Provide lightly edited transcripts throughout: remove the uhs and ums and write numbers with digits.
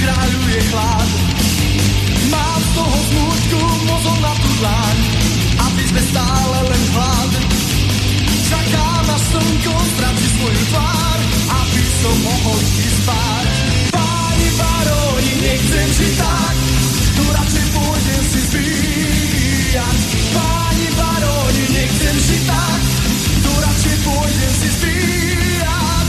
kráľuje chlad. Mám z toho smutku mozol na tú dlaň, aby sme stále len hlad. Čakám na slnko, stráci svoju tvár, aby som mohol ísť spať. Páni baróni, nechcem žiť tak, tu radšej pôjdem si zbíjať. Páni baróni, nechcem žiť tak, tu radšej pôjdem si zbíjať.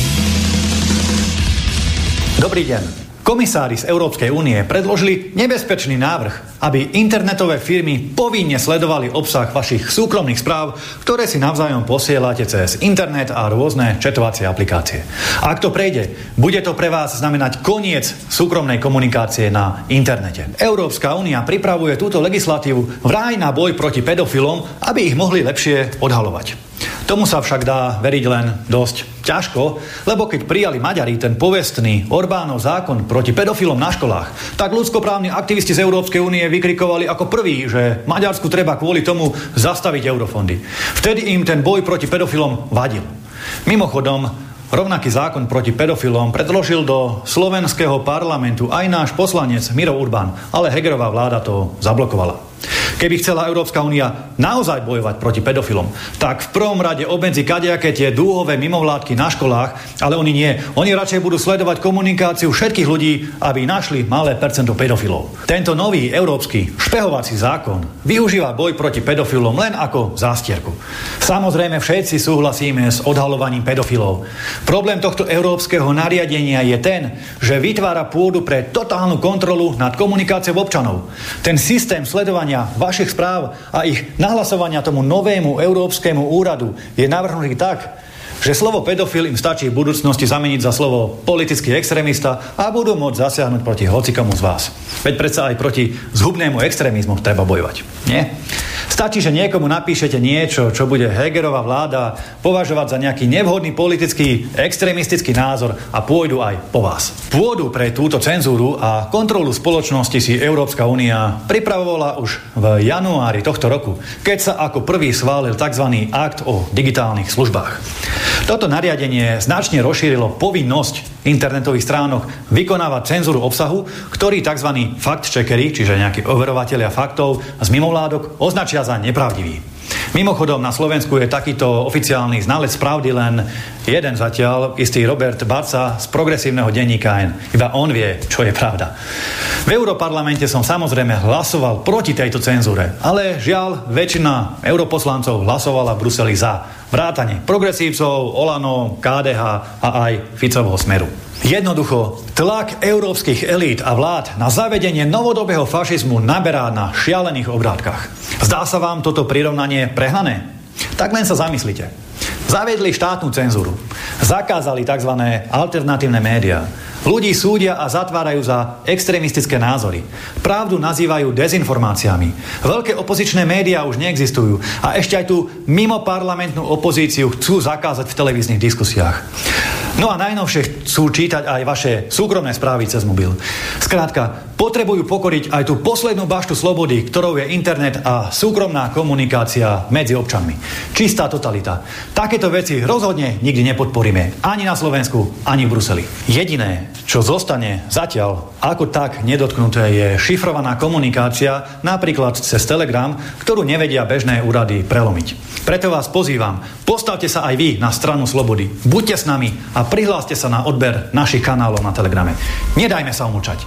Dobrý deň. Komisári z Európskej únie predložili nebezpečný návrh, aby internetové firmy povinne sledovali obsah vašich súkromných správ, ktoré si navzájom posielate cez internet a rôzne četovacie aplikácie. Ak to prejde, bude to pre vás znamenať koniec súkromnej komunikácie na internete. Európska únia pripravuje túto legislatívu vraj na boj proti pedofilom, aby ich mohli lepšie odhalovať. Tomu sa však dá veriť len dosť ťažko, lebo keď prijali Maďari ten povestný Orbánov zákon proti pedofilom na školách, tak ľudskoprávni aktivisti z Európskej únie vykrikovali ako prví, že Maďarsku treba kvôli tomu zastaviť eurofondy. Vtedy im ten boj proti pedofilom vadil. Mimochodom, rovnaký zákon proti pedofilom predložil do slovenského parlamentu aj náš poslanec Miro Urban, ale Hegerová vláda to zablokovala. Keby chcela Európska únia naozaj bojovať proti pedofilom, tak v prvom rade obmedzi kadejaké tie dúhové mimovládky na školách, ale oni nie. Oni radšej budú sledovať komunikáciu všetkých ľudí, aby našli malé percento pedofilov. Tento nový európsky špehovací zákon využíva boj proti pedofilom len ako zástierku. Samozrejme všetci súhlasíme s odhalovaním pedofilov. Problém tohto európskeho nariadenia je ten, že vytvára pôdu pre totálnu kontrolu nad komunikáciou občanov. Ten systém sledovania vašich správ a ich nahlasovania tomu novému európskemu úradu je navrhnutý tak, že slovo pedofil im stačí v budúcnosti zameniť za slovo politický extrémista a budú môcť zasiahnuť proti hocikomu z vás. Veď predsa aj proti zhubnému extrémizmu treba bojovať. Nie? Stačí, že niekomu napíšete niečo, čo bude Hegerová vláda považovať za nejaký nevhodný politický extrémistický názor a pôjdu aj po vás. Pôdu pre túto cenzúru a kontrolu spoločnosti si Európska únia pripravovala už v januári tohto roku, keď sa ako prvý schválil tzv. Akt o digitálnych službách. Toto nariadenie značne rozšírilo povinnosť internetových stránok vykonávať cenzúru obsahu, ktorý tzv. Fact-checkeri, čiže nejakí overovatelia faktov z mimovládok, označia za nepravdivý. Mimochodom, na Slovensku je takýto oficiálny znalec pravdy len jeden zatiaľ, istý Robert Barca z progresívneho denníka N. Iba on vie, čo je pravda. V Europarlamente som samozrejme hlasoval proti tejto cenzúre, ale žiaľ, väčšina europoslancov hlasovala v Bruseli za. Vrátane progresívcov, Olano, KDH a aj Ficovho Smeru. Jednoducho, tlak európskych elít a vlád na zavedenie novodobého fašizmu naberá na šialených obrátkach. Zdá sa vám toto prirovnanie prehnané? Tak len sa zamyslite. Zaviedli štátnu cenzúru. Zakázali tzv. Alternatívne médiá. Ľudí súdia a zatvárajú za extrémistické názory. Pravdu nazývajú dezinformáciami. Veľké opozičné médiá už neexistujú a ešte aj tú mimoparlamentnú opozíciu chcú zakázať v televíznych diskusiách. No a najnovšie chcú čítať aj vaše súkromné správy cez mobil. Skrátka, potrebujú pokoriť aj tú poslednú baštu slobody, ktorou je internet a súkromná komunikácia medzi občanmi. Čistá totalita. Takéto veci rozhodne nikdy nepodporíme. Ani na Slovensku, ani v Bruseli. Jediné, čo zostane zatiaľ ako tak nedotknuté, je šifrovaná komunikácia, napríklad cez Telegram, ktorú nevedia bežné úrady prelomiť. Preto vás pozývam, postavte sa aj vy na stranu slobody. Buďte s nami a prihláste sa na odber našich kanálov na Telegrame. Nedajme sa umlčať.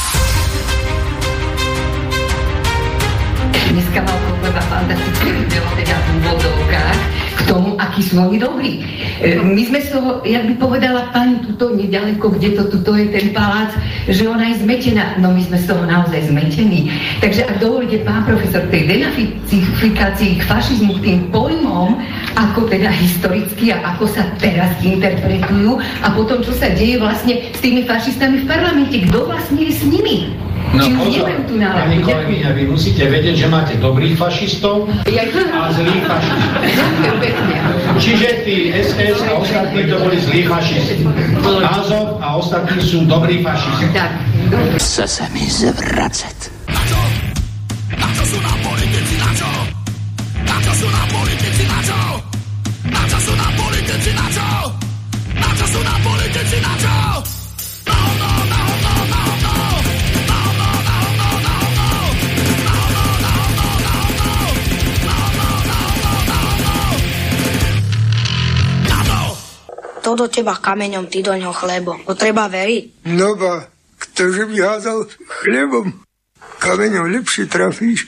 Dneska mal kolega fantastické video, teda v úvodovkách, k tomu, akí sú oni dobrí. My sme z toho, jak by povedala pani tuto nedaleko, kde to tuto je ten palác, že ona je zmetená. No my sme z toho naozaj zmetení. Takže ak dovolíte, pán profesor, k tej denazifikácii, k fašizmu, k tým pojmom, ako teda historicky a ako sa teraz interpretujú a potom, čo sa deje vlastne s tými fašistami v parlamente. Kto vlastne je s nimi? No pozor, pani kolegyňa, vy musíte vedieť, že máte dobrých fašistov a zlých fašistov. Čiže tí SS a ostatní to boli zlí fašisti. Azov a ostatní sú dobrí fašisti. Chce sa mi zvracať. Na čo? Na čo sú nám politici? Na čo? Na čo sú nám politici? Na čo? Na čo sú nám politici? Na čo? Na čo sú nám politici? Na čo? Na hovno, na hovno, na hovno. kto do teba kameňom, ty do ňoho chlebom. To treba veriť. No ba, ktože by házal chlebom, kameňom lepšie trafíš.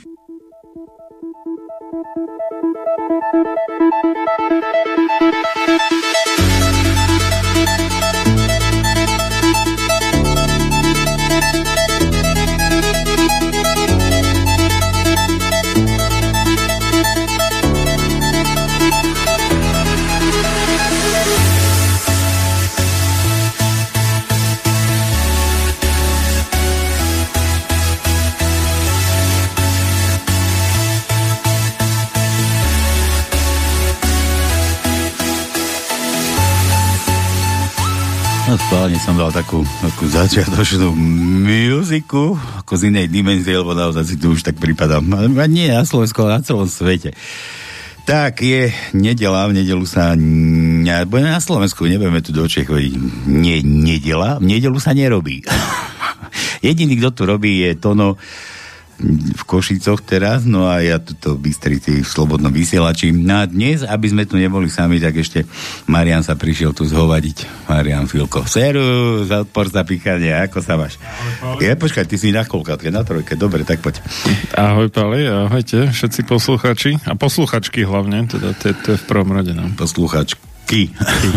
Spálne som dal takú začiatočnú muziku, ako z inej dimenzie, lebo naozaj si tu už tak pripadám. A nie na Slovensku, ale na celom svete. Tak je nedeľa, v nedeľu sa... na Slovensku, nebudeme tu do Čech chodiť. Nie, nedeľa, v nedeľu sa nerobí. Jediný, kto tu robí, je Tono v Košicoch teraz, no a ja tuto v Bystrici v Slobodnom vysielači. No a dnes, aby sme tu neboli sami, tak ešte Marian sa prišiel tu zhovadiť. Marian Filko. Serus, odpor za píchanie, ako sa máš? Počkaj, ty si na koľkátke, na trojke, dobre, tak poď. Ahoj Pali, ahojte, všetci posluchači a posluchačky hlavne, teda to je v prvom rade. No. Posluchačky.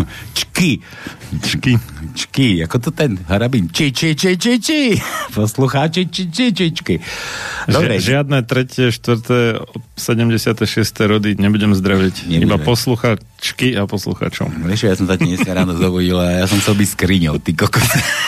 Čky, ako to ten harabín. Či. Poslucháči, či. Dobre. Žiadne 3., 4., 76. rody nebudem zdraviť. Iba posluchačky a posluchačom. Vieš, ja som sa dneska ráno zobudil a ja som chcel byť skriňou, ty kokos.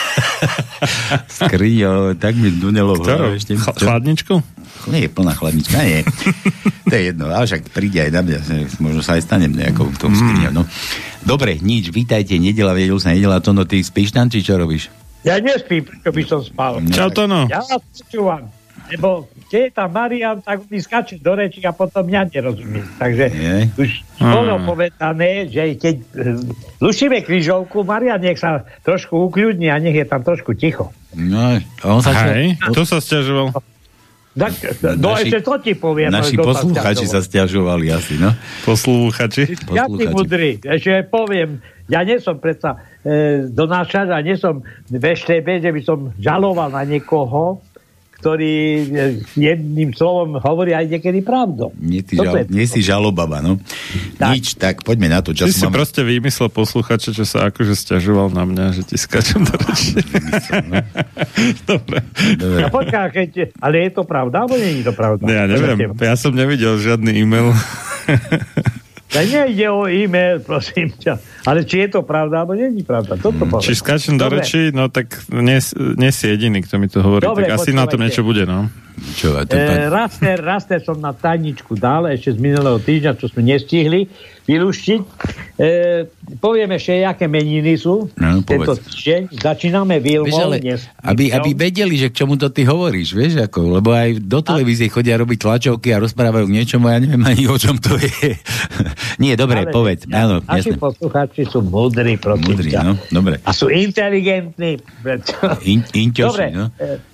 Skriňou, tak mi dunelo. Ktorou? Chladničkou? Nie, plná chladnička, nie. To je jedno, ale však príde aj na mňa, možno sa aj stanem nejakou v tom skriňou, no. Dobre, nič, vítajte, nedeľa, vedel sa nedeľa, Tono, ty spíš tam, či čo robíš? Ja nespím, prečo by som spal. Čau, Tono. Ja vás počúvam, lebo keď je tam Marian, tak mi skáče do reči a potom mňa nerozumie. Takže už bolo povedané, že keď lušíme križovku, Marian nech sa trošku ukľudní a nech je tam trošku ticho. No, on sa... Hej, to sa sťažoval. Ešte to ti poviem. Naši posluchači sa sťažovali asi, no? Posluchači? Ja ti mudrý, ešte poviem, ja nie som predsa donášač a nie som ve štebe, že by som žaloval na niekoho, ktorý jedným slovom hovorí aj niekedy pravdu. Nie si žalobaba, no? Tak. Nič, tak poďme na to. Ty si proste vymyslel posluchača, čo sa akože sťažoval na mňa, že ti skáčem do reči. No. Dobre. Ja počkaj, ale je to pravda, alebo nie je to pravda? Ja neviem, ja som nevidel žiadny e-mail. Ja nejde o e-mail, prosím ťa. Ale či je to pravda, alebo nie je pravda? Či skáčem do reči, no tak nie si jediný, kto mi to hovorí. Dobre, tak asi na tom niečo bude, no. Raster som na tajničku dal, ešte z minulého týždňa, čo sme nestihli vylúštiť. Poviem ešte, aké meniny sú tento týždeň. Začíname Vilmou. Aby vedeli, že k čomu to ty hovoríš, vieš, ako, lebo aj do televízie chodia robiť tlačovky a rozprávajú k niečomu, ja neviem ani o čom to je. Nie, dobre, povedz. Áno, naši poslucháči sú múdri, prosím ťa. No, dobre. A sú inteligentní. Dobre, no.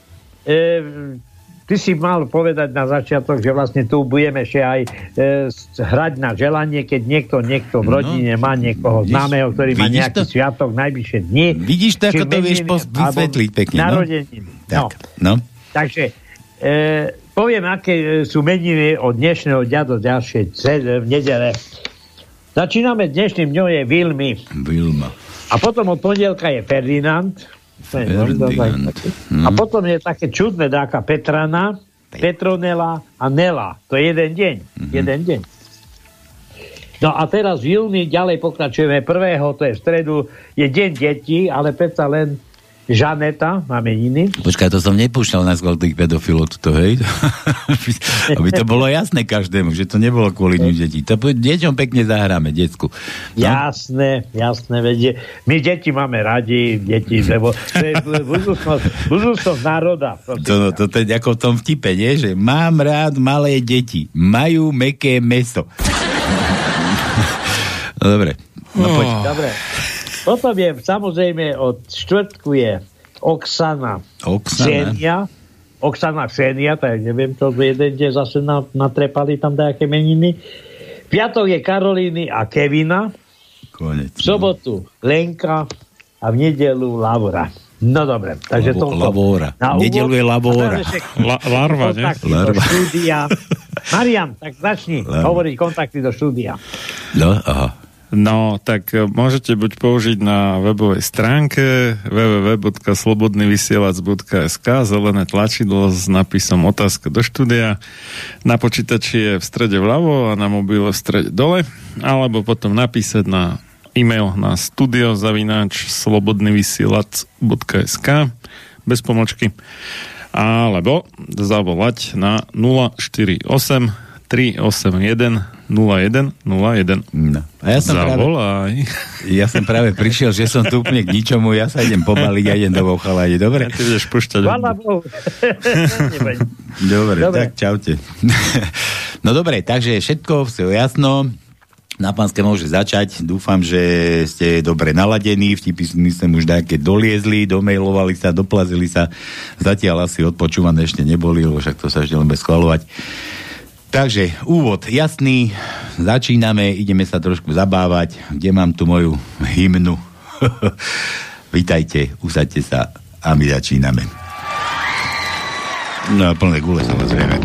Ty si mal povedať na začiatok, že vlastne tu budeme ešte aj hrať na želanie, keď niekto v rodine má niekoho známeho, ktorý má nejaký sviatok najbližšie dni. Vidíš to, ako to vieš vysvetliť pekne. Narodeniny. No. Takže poviem, aké sú meniny od dnešného dňa do ďalšej v nedele. Začíname dnešným dňom je Vilma. A potom od pondelka je Ferdinand. A potom je také čudné, taká Petrana, Petronela a Nela. To je jeden deň. Jeden deň. No a teraz v júni ďalej pokračujeme 1. To je v stredu, je deň detí, ale predsa len Žaneta, máme meniny. Počkaj, to som nepúšťal na schvál tých pedofilov tuto, hej? Aby to bolo jasné každému, že to nebolo kvôli detí. To deťom pekne zahráme, decku. No? Jasné, vedie. My deti máme radi, lebo to je budúcnosť národa. To je ako v tom vtipe, nie? Že mám rád malé deti, majú mäkké mäso. Dobre. No poď. Dobre. Potom je, samozrejme, od štvrtku je Oksana Ksenia, tak neviem, čo jeden deň zase natrepali tam nejaké meniny. Piatok je Karolíny a Kevina. V sobotu Lenka a v nedelu Laura. No dobre, takže to... Labora. V nedelu je Labora. Larva, nie? Larva. Marian, tak začni hovoriť kontakty do štúdia. No, aha. No, tak môžete buď použiť na webovej stránke www.slobodnyvysielac.sk zelené tlačidlo s nápisom otázka do štúdia. Na počítači je v strede vľavo a na mobile v strede dole. Alebo potom napísať na e-mail na studio@slobodnyvysielac.sk bez pomočky. Alebo zavolať na 048 381 0101. No. A ja som práve prišiel, že som tu úplne k ničomu, ja sa idem pobaliť a idem domov, chalani, dobre? Ja ty budeš pušťať. Dobre, tak čaute. No dobre, takže všetko jasno. Na Pánske môže začať. Dúfam, že ste dobre naladení. Vtipy myslím už nejaké doliezli, domailovali sa, doplazili sa. Zatiaľ asi odpočúvané ešte neboli, lebo však to sa ešte len bez schvaľovať. Takže úvod jasný, začíname, ideme sa trošku zabávať. Kde mám tu moju hymnu? Vítajte, usaďte sa a my začíname. No a plné gule samozrejme.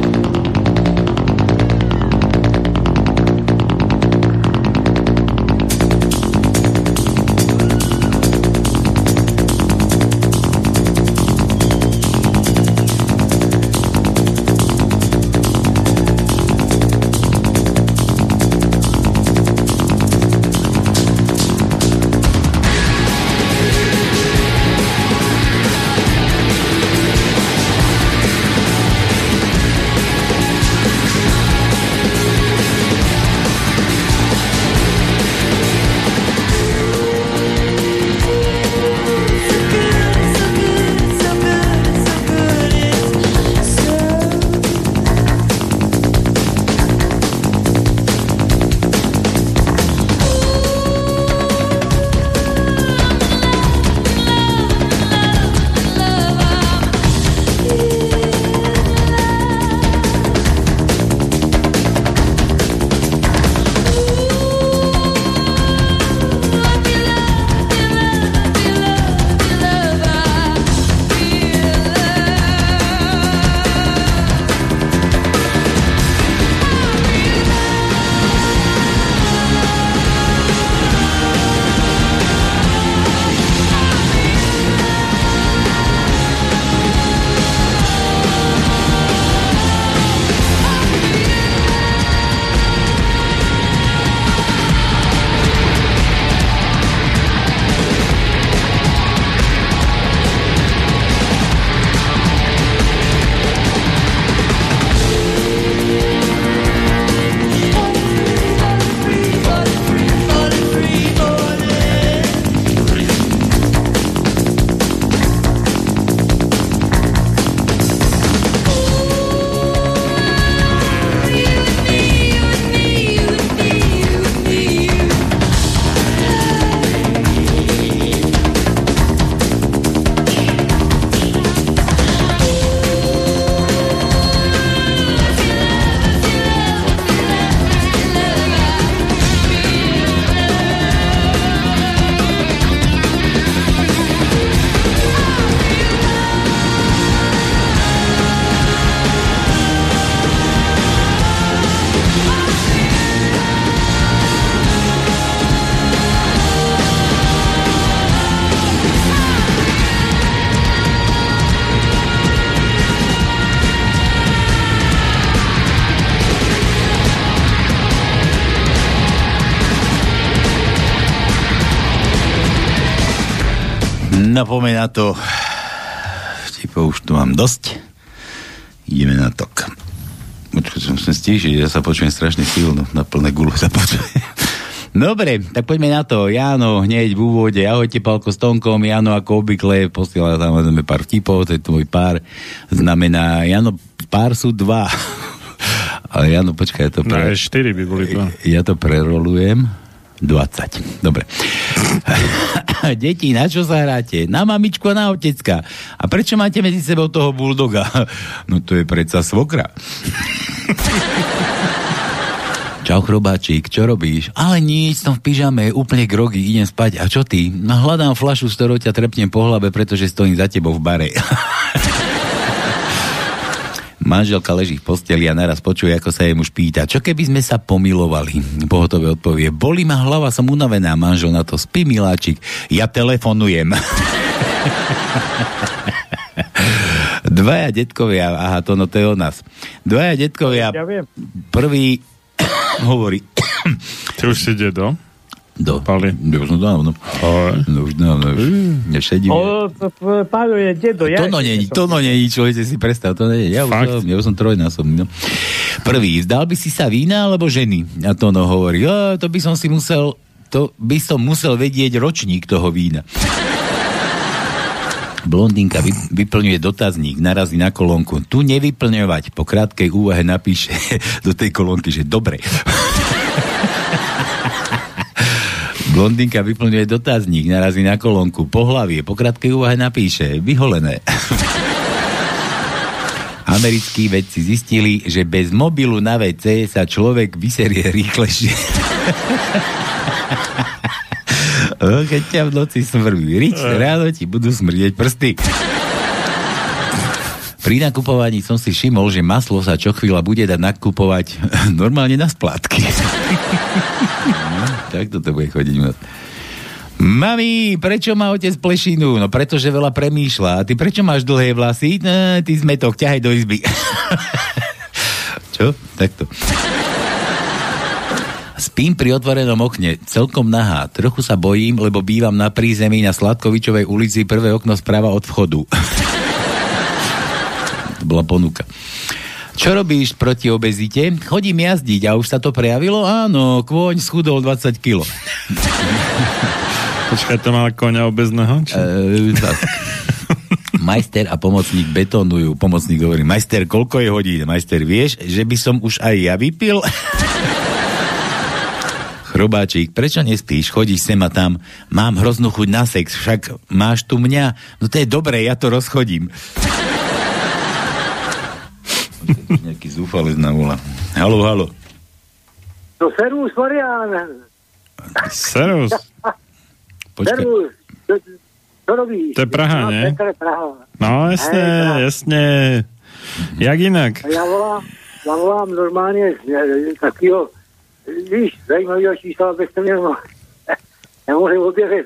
No poďme na to. Tipo, už tu mám dosť. Ideme na to. Počkaj, som sa stížiť, ja sa počujem strašne silno. Na plné gulu sa počujem. Dobre, tak poďme na to. Jano, hneď v úvode. Ahojte, Pálko s Tonkom. Jano, ako obvykle, posiela samozrejme pár vtipov. To je tvoj pár. Znamená, Jano, pár sú 2. Ale Jano, počkaj, ja to 4 by boli 2. Ja to prerolujem. 20. Dobre. Deti, na čo sa hráte? Na mamičku a na otecka. A prečo máte medzi sebou toho bulldoga? No to je predsa svokra. Čau, chrobáčik, čo robíš? Ale nič, som v pyžame, úplne grogy, idem spať. A čo ty? No, hľadám fľašu, z ktorou ťa trepnem po hlave, pretože stojím za tebou v bare. Manželka leží v posteli a naraz počuje, ako sa jej muž pýta, čo keby sme sa pomilovali? Pohotové odpovie, bolí ma hlava, som unavená. Manžel na to, spí, miláčik, ja telefonujem. Dvaja detkovia, aha, to je od nás. Dvaja detkovia, ja prvý hovorí. Ty už si dedo? Pali. Už no dávno. Už dávno. Páno je dedo. To není, človek si predstav, to nie je. Ja už som trojnásobný. No. Prvý, zdal by si sa vína alebo ženy? A to hovorí, to by som musel vedieť ročník toho vína. Blondínka vyplňuje dotazník, narazí na kolónku. Tu nevyplňovať. Po krátkej úvahe napíše do tej kolónky, že dobre. Blondínka vyplňuje dotazník, narazí na kolónku. Pohlavie, po krátkej úvahe napíše vyholené. Americkí vedci zistili, že bez mobilu na WC sa človek vyserie rýchlejšie. Keď ťa v noci smrví, ráno ti budú smrdieť prsty. Pri nakupovaní som si všimol, že maslo sa čo chvíľa bude dať nakupovať normálne na splátky. Tak toto bude chodiť. Mami, prečo má otec plešinu? No pretože veľa premýšľa. A ty prečo máš dlhé vlasy? Ty zmetok, ťahaj do izby. Čo? Takto. Spím pri otvorenom okne, celkom nahá. Trochu sa bojím, lebo bývam na prízemí na Sladkovičovej ulici, prvé okno správa od vchodu. To bola ponuka. Čo robíš proti obezite? Chodím jazdiť a už sa to prejavilo? Áno, kôň schudol 20 kg. Počkaj, to má koňa obezného? Majster a pomocník betonujú. Pomocník hovorí, majster, koľko je hodín? Majster, vieš, že by som už aj ja vypil? Chrobáčik, prečo nespíš? Chodíš sem a tam. Mám hroznú chuť na sex, však máš tu mňa. No to je dobré, ja to rozchodím. Nejaký zúfalec na vola. Haló. No servus, Marián. Servus. Počkaj. Servus. Čo robíš? To je Praha, nie? No, jasne. Jak inak? Ja volám normálne takýho, víš, zajímavého čísla, bez toho nemôžem objaviť.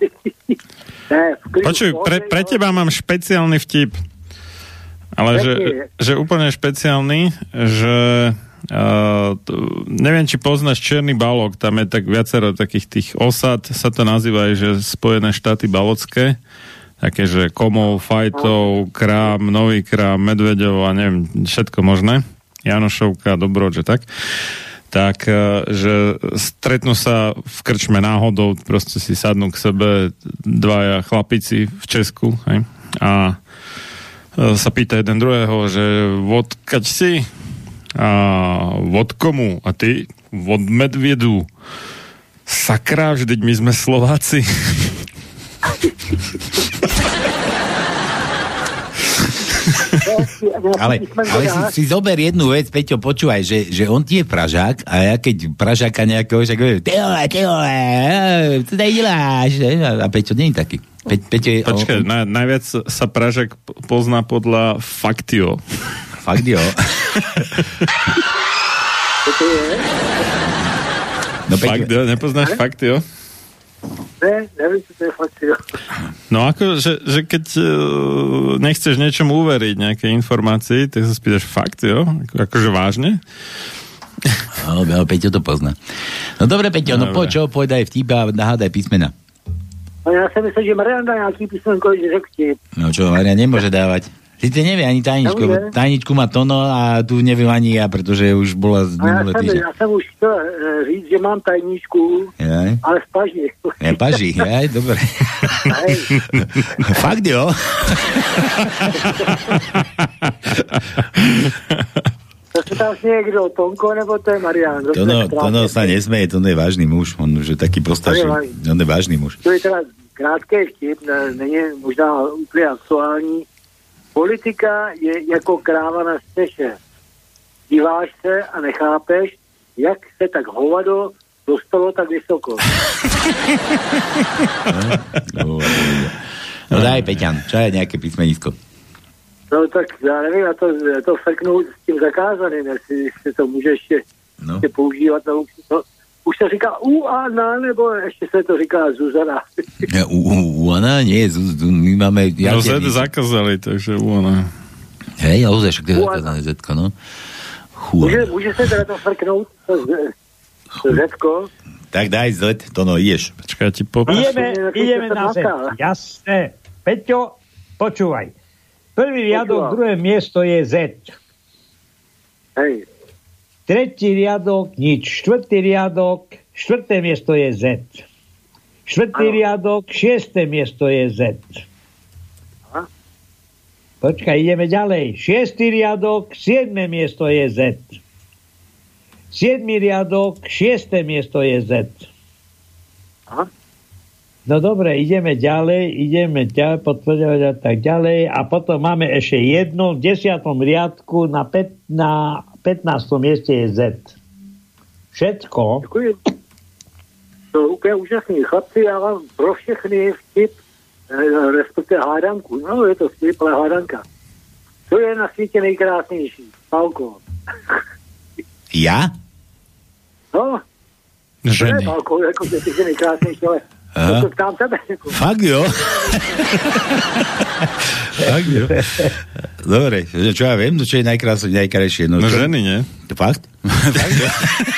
Počuj, pre teba mám špeciálny vtip. Ale že úplne špeciálny, že neviem, či poznáš Černý Balok, tam je tak viacero takých tých osad, sa to nazýva aj, že Spojené štáty balocké, také, že Komov, Fajtov, Krám, Nový Krám, Medveďov a neviem, všetko možné, Janošovka, Dobroč, že tak, že stretnú sa v krčme náhodou, proste si sadnú k sebe dvaja chlapici v Česku, hej, a sa pýta jeden druhého, že odkaď si? A od komu? A ty? Od medviedu. Sakra, vždyť my sme Slováci. Ale si zober jednu vec, Peťo, počúvaj, že on ti je Pražák a ja keď Pražáka nejakého, však poviem, ty vole, co tady děláš? A Peťo nie je taký. Počkaj, najviac sa Pražák pozná podľa Faktio. Faktio? No, Faktio, nepoznáš Faktio? Ne, neviem, čo to je Faktio. No ako, že keď nechceš niečomu uveriť, nejaké informácii, tak sa spýtaš Faktio? Akože vážne? Ale Peťo to pozná. No dobre, Peťo, no poď aj vtip a nahádaj písmena. No ja si myslím, že Marian dá nejaký písmenko, že řekl vtip. No čo, Marian nemôže dávať. Sice nevie ani tajničku. Tajničku má Tono a tu neviem ani ja, pretože už bola z minulé týždeň. Ja som už chcel říct, že mám tajničku, ale v Paži. Ja Paži, dobre. Fakt, jo? To sa tam snieje kdo, Tonko, nebo to je Marian? Tono sa nesmeje, to je vážny muž, on už je taký prostášný, on je vážny muž. To je teda krátké vtip, není možná úplně aktuální. Politika je jako kráva na steše. Díváš se a nechápeš, jak se tak hovado dostalo tak vysoko. No daj, Peťan, čo je nejaké písmenisko? No tak já nevím, já to frknout s tím zakázaným, jestli se to může ještě používat. Už se říká Uana, nebo ještě se to říká Zuzana. Uana? Nie, my máme... No Z zakázali, takže Uana. Hej, ale však to je zakázané Zetko, no. Může se teda to frknout, to Zetko? Tak daj Z, to no, ideš. Počkaj, ti popíš. Ideme na Z. Jasné. Peťo, počúvaj. Prvý riadok, druhé miesto je Z. Hej. Tretí riadok, nič. Štvrtý riadok, štvrté miesto je Z. Štvrtý riadok, šiesté miesto je Z. Aha. Počkaj, ideme ďalej. Šiestý riadok, siedme miesto je Z. Siedmý riadok, šiesté miesto je Z. Aha. No dobre, ideme ďalej, potvrdovať a tak ďalej. A potom máme ešte jedno, v 10. riadku na 15. mieste je Z. Všetko. Děkuji. To je úplně úžasný. Chlapci, já vám pro všechny vtip, respektive hádanku. No, je to vtip, ale hádanka. Co je na světě nejkrásnější? Pálko. Ja? No. Ženy. Ne, Pálko, jako ty jsi nejkrásnější, ale to ptám tebe. Jako. Fakt jo? Fakt jo? Dobre, čo ja viem, čo je najkrajšie? No ženy, nie? Fakt? Fakt jo?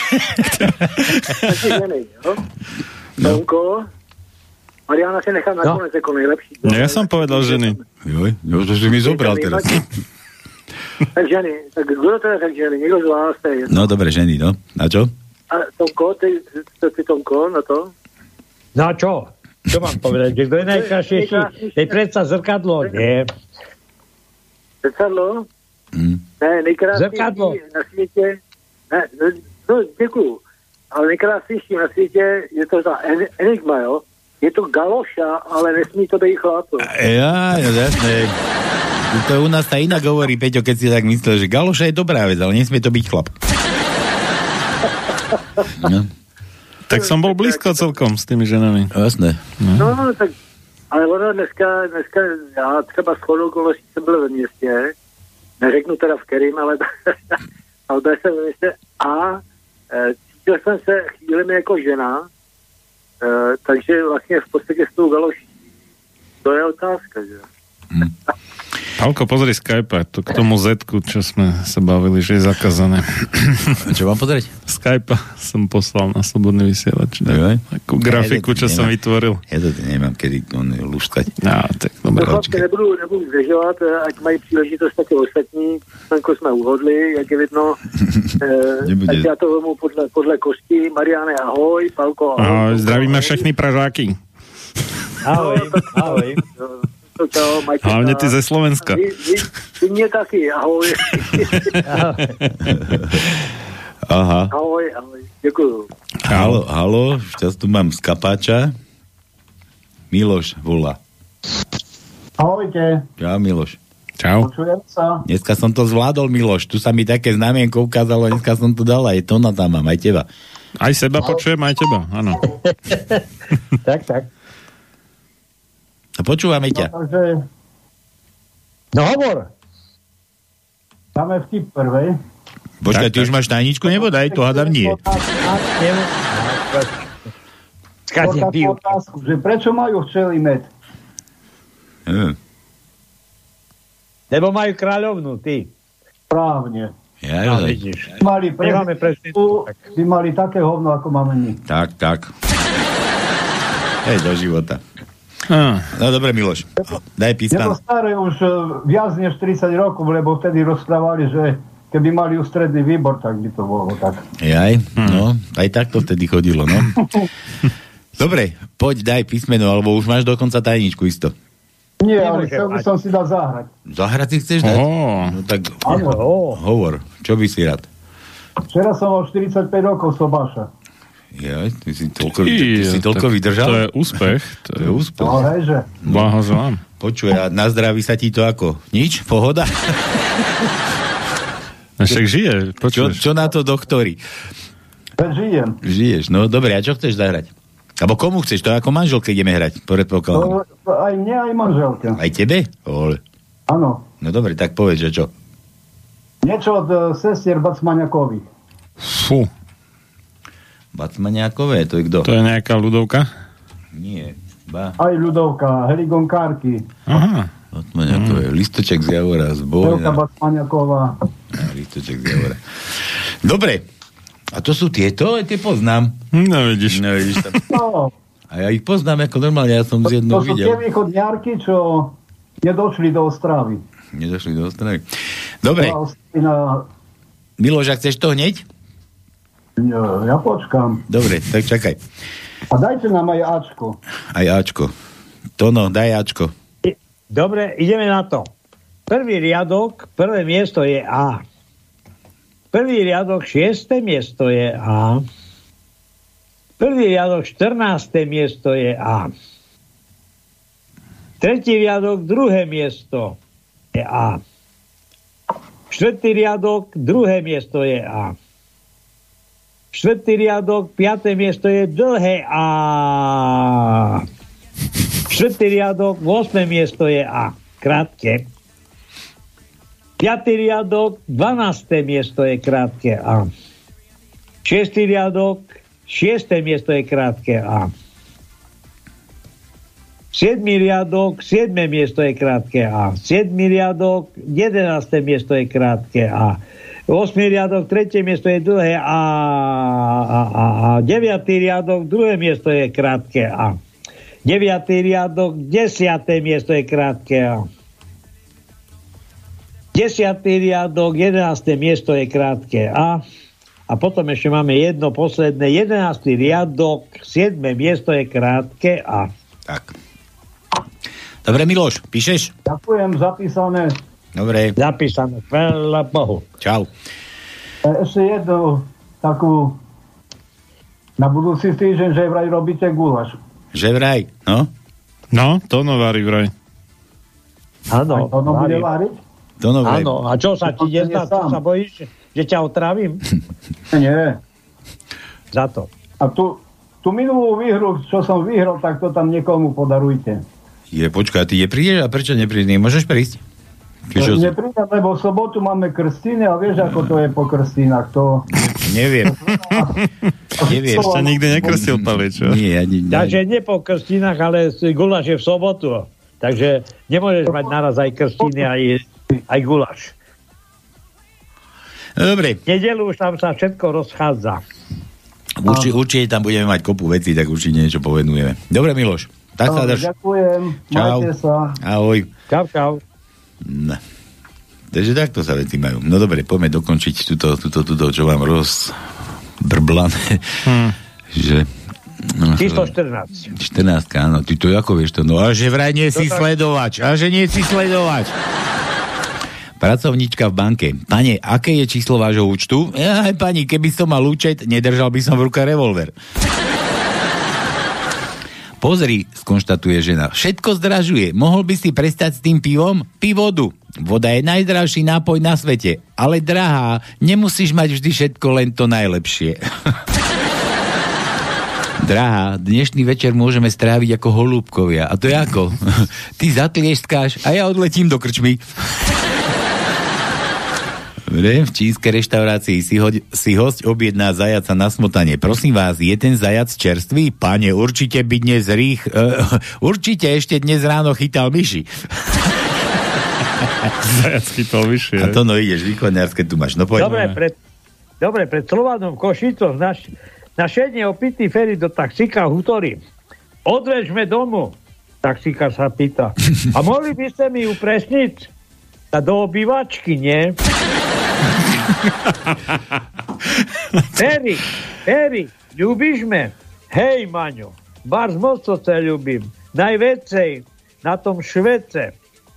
Ženy, jo? Tonko. Mariana si nechám nakonec jako nejlepší. No ja som povedal ženy. Joj, to si mi zobral teraz. Tak ženy, tak kdo to je tak ženy? Někdo z vás to je. No dobre, ženy, no. A čo? A Tonko, ty Tonko, na to? No čo? Čo mám povedať? Že kto je najkrajšejší? To je predsa zrkadlo, nie? Zrkadlo? Ne, nejkrásnější na světě. Ne, no, děkuju. Ale nejkrásnější na světě je to ta Enigma, jo? Je to galoša, ale nesmí to být chlap. Ja, jasné. To u nás tá inak hovorí, Peťo, keď si tak myslel, že galoša je dobrá vec, ale nesmie to byť chlap. No. Tak som bol blízko celkom s tými ženami. Jasné. No, tak, ale ono dneska já třeba shodou okolností jsem byl ve městě, neřeknu teda v kterým, ale byl jsem ve městě a cítil jsem se chvílemi jako žena, takže vlastně v podstatě s tou galoší. To je otázka, že? Pálko, pozri Skype, to k tomu Z-ku, čo sme sa bavili, že je zakázané. Čo mám pozrieť? Skype som poslal na Slobodný vysielač. Takú grafiku, čo som vytvoril. Ja to nemám kedy luštkať. No, tak dobre. Nebudu zdržovat, ať mají příležitost taky ostatní. Tanko jsme uhodli, jak je vidno. Ať já to vemu podle kosti. Mariáne, ahoj. Pálko, ahoj. Zdravíme všechny Pražáky. Ahoj, ahoj. Čau, hlavne ty ze Slovenska. Ty mne taky, ahoj. Aha. Ahoj, ďakujem. Halo, teraz tu mám z Kapáča. Miloš volá. Ahojte. Čau, Miloš. Čau. Počujem sa. Dneska som to zvládol, Miloš. Tu sa mi také znamienko ukázalo, dneska som to dal, aj to tam mám, aj teba. Aj seba počujem, aj teba, áno. tak. A počúvame ťa. No hovor. Dáme vtip prvej. Počkaj, ty už máš tajničku, nebo daj to, hádam nie. Otázku, že prečo majú včely med? Lebo majú kráľovnú, ty. Správne. Ja, vidíš. By mali také hovno, ako máme my. Tak. Hej, do života. No dobre, Miloš, daj písman. Je to staré už viac než 30 rokov, lebo vtedy rozprávali, že keby mali ústredný výbor, tak by to bolo tak. Jaj, no, aj tak to vtedy chodilo, no. Dobre, poď, daj písmeno, alebo už máš dokonca tajničku isto. Nie, ale chcel by som si dať zahrať. Zahrať si chceš dať? No tak hovor, čo by si rád? Včera som mal 45 rokov sobáša. Ja, ty si toľko vydržal? To je úspech. To je úspech. No hejže. Blahoželám. Počuj, a na zdraví sa ti to ako? Nič? Pohoda? Však žije. Čo na to doktori? Žijem. Žiješ, no dobre, a čo chceš zahrať? Alebo komu chceš, to ako manželke ideme hrať, predpokladám. Aj mne, aj manželke. Aj tebe? Áno. No dobre, tak povedz, že čo? Niečo od sestier Bacmaniakových. Fú. Bacmaniakové, to je kto? To je nejaká ľudovka? Nie. Aj ľudovka, Heligon Kárky. Aha. Bacmaniakové, Listoček z Javora, z Bojna. Veľká Bacmaniaková. Listoček z Javora. Dobre. A to sú tieto? Tie poznám. No vidíš. Tam. No. A ja ich poznám ako normálne, ja som z jednou videl. To sú tie východňárky, čo nedošli do Ostravy. Nedošli do Ostravy. Dobre. Miloš, ak chceš to hneď? Ja počkám. Dobre, tak čakaj. A dajte nám aj Ačko. Aj Ačko. Tono, daj Ačko. Dobre, ideme na to. Prvý riadok, prvé miesto je A. Prvý riadok, 6. miesto je A. Prvý riadok, 14. miesto je A. Tretí riadok, 2. miesto je A. Štvrtý riadok, 2. miesto je A. Štvrtý riadok, 5. miesto je dlhé A. Štvrtý riadok, 8. miesto je A. Krátke. 5. riadok, 12. miesto je krátke A. 6. riadok, 6. miesto je krátke A. 7. riadok, 7. miesto je krátke A. 7. riadok, 11. miesto je krátke A. 8. riadok, 3. miesto je dlhé A. 9. riadok, 2. miesto je krátke A. 9. riadok, 10. miesto je krátke A. 10. riadok, 11. miesto je krátke A. A potom ešte máme jedno posledné. 11. riadok, 7. miesto je krátke A. Tak. Dobre, Miloš, píšeš? Ďakujem, zapísané. Dobre. Zapísané, veľa Bohu. Čau. Ešte jednu takú na budúci týždeň, že vraj robíte guláš. Že vraj, no? No, Tono varí vraj. Áno. Tono bude váriť? Áno, a čo sa ti nezdá? Čo sa bojíš, že ťa otrávim? Nie. Za to. A tú minulú výhru, čo som vyhral, tak to tam niekomu podarujte. Počkaj, ty neprídeš? A prečo neprídeš? Môžeš prísť? Neprídem, lebo v sobotu máme krstiny a vieš, ako to je po krstínach. To... Neviem. Neviem. Ešte nikdy nekrstil Pali, čo? Nie, Takže nie po krstínach, ale guláš je v sobotu. Takže nemôžeš mať naraz aj krstiny, aj guláš. Dobre. V nedeľu už tam sa všetko rozchádza. Určite tam budeme mať kopu vecí, tak určite niečo povedujeme. Dobre, Miloš. Tak sa drž. Ďakujem. Čau. Majte sa. Ahoj. Čau. No. Takže takto sa veci majú. No dobre, poďme dokončiť túto, čo vám rozdrblané. Že... No, číslo 14. 14, áno. Ty to ako vieš to? No a že vraj nie si sledovač. A že nie si sledovač. Pracovníčka v banke. Pane, aké je číslo vášho účtu? Pani, keby som mal účet, nedržal by som v ruke revolver. Pozri, skonštatuje žena, všetko zdražuje. Mohol by si prestať s tým pivom? Pí vodu. Voda je najdražší nápoj na svete, ale drahá, nemusíš mať vždy všetko len to najlepšie. Drahá, dnešný večer môžeme stráviť ako holúbkovia. A to je ako? Ty zatlieskáš a ja odletím do krčmy. V čínskej reštaurácii si hosť objedná zajaca na smotanie. Prosím vás, je ten zajac čerstvý? Pane, určite by dnes určite ešte dnes ráno chytal myši. Zajac chytal myši. A to no ideš, východňarské tu máš. No poď. Dobre, pred Slovanom Košicom na šedne opitý Feri do taxíka hutorí. Odvežme domu. Taxíka sa pýta. A mohli by ste mi upresniť? A do obývačky, nie? Feri, ľubíš me? Hej, Maňo, bars moc to ľubím. Najväcej na tom švece.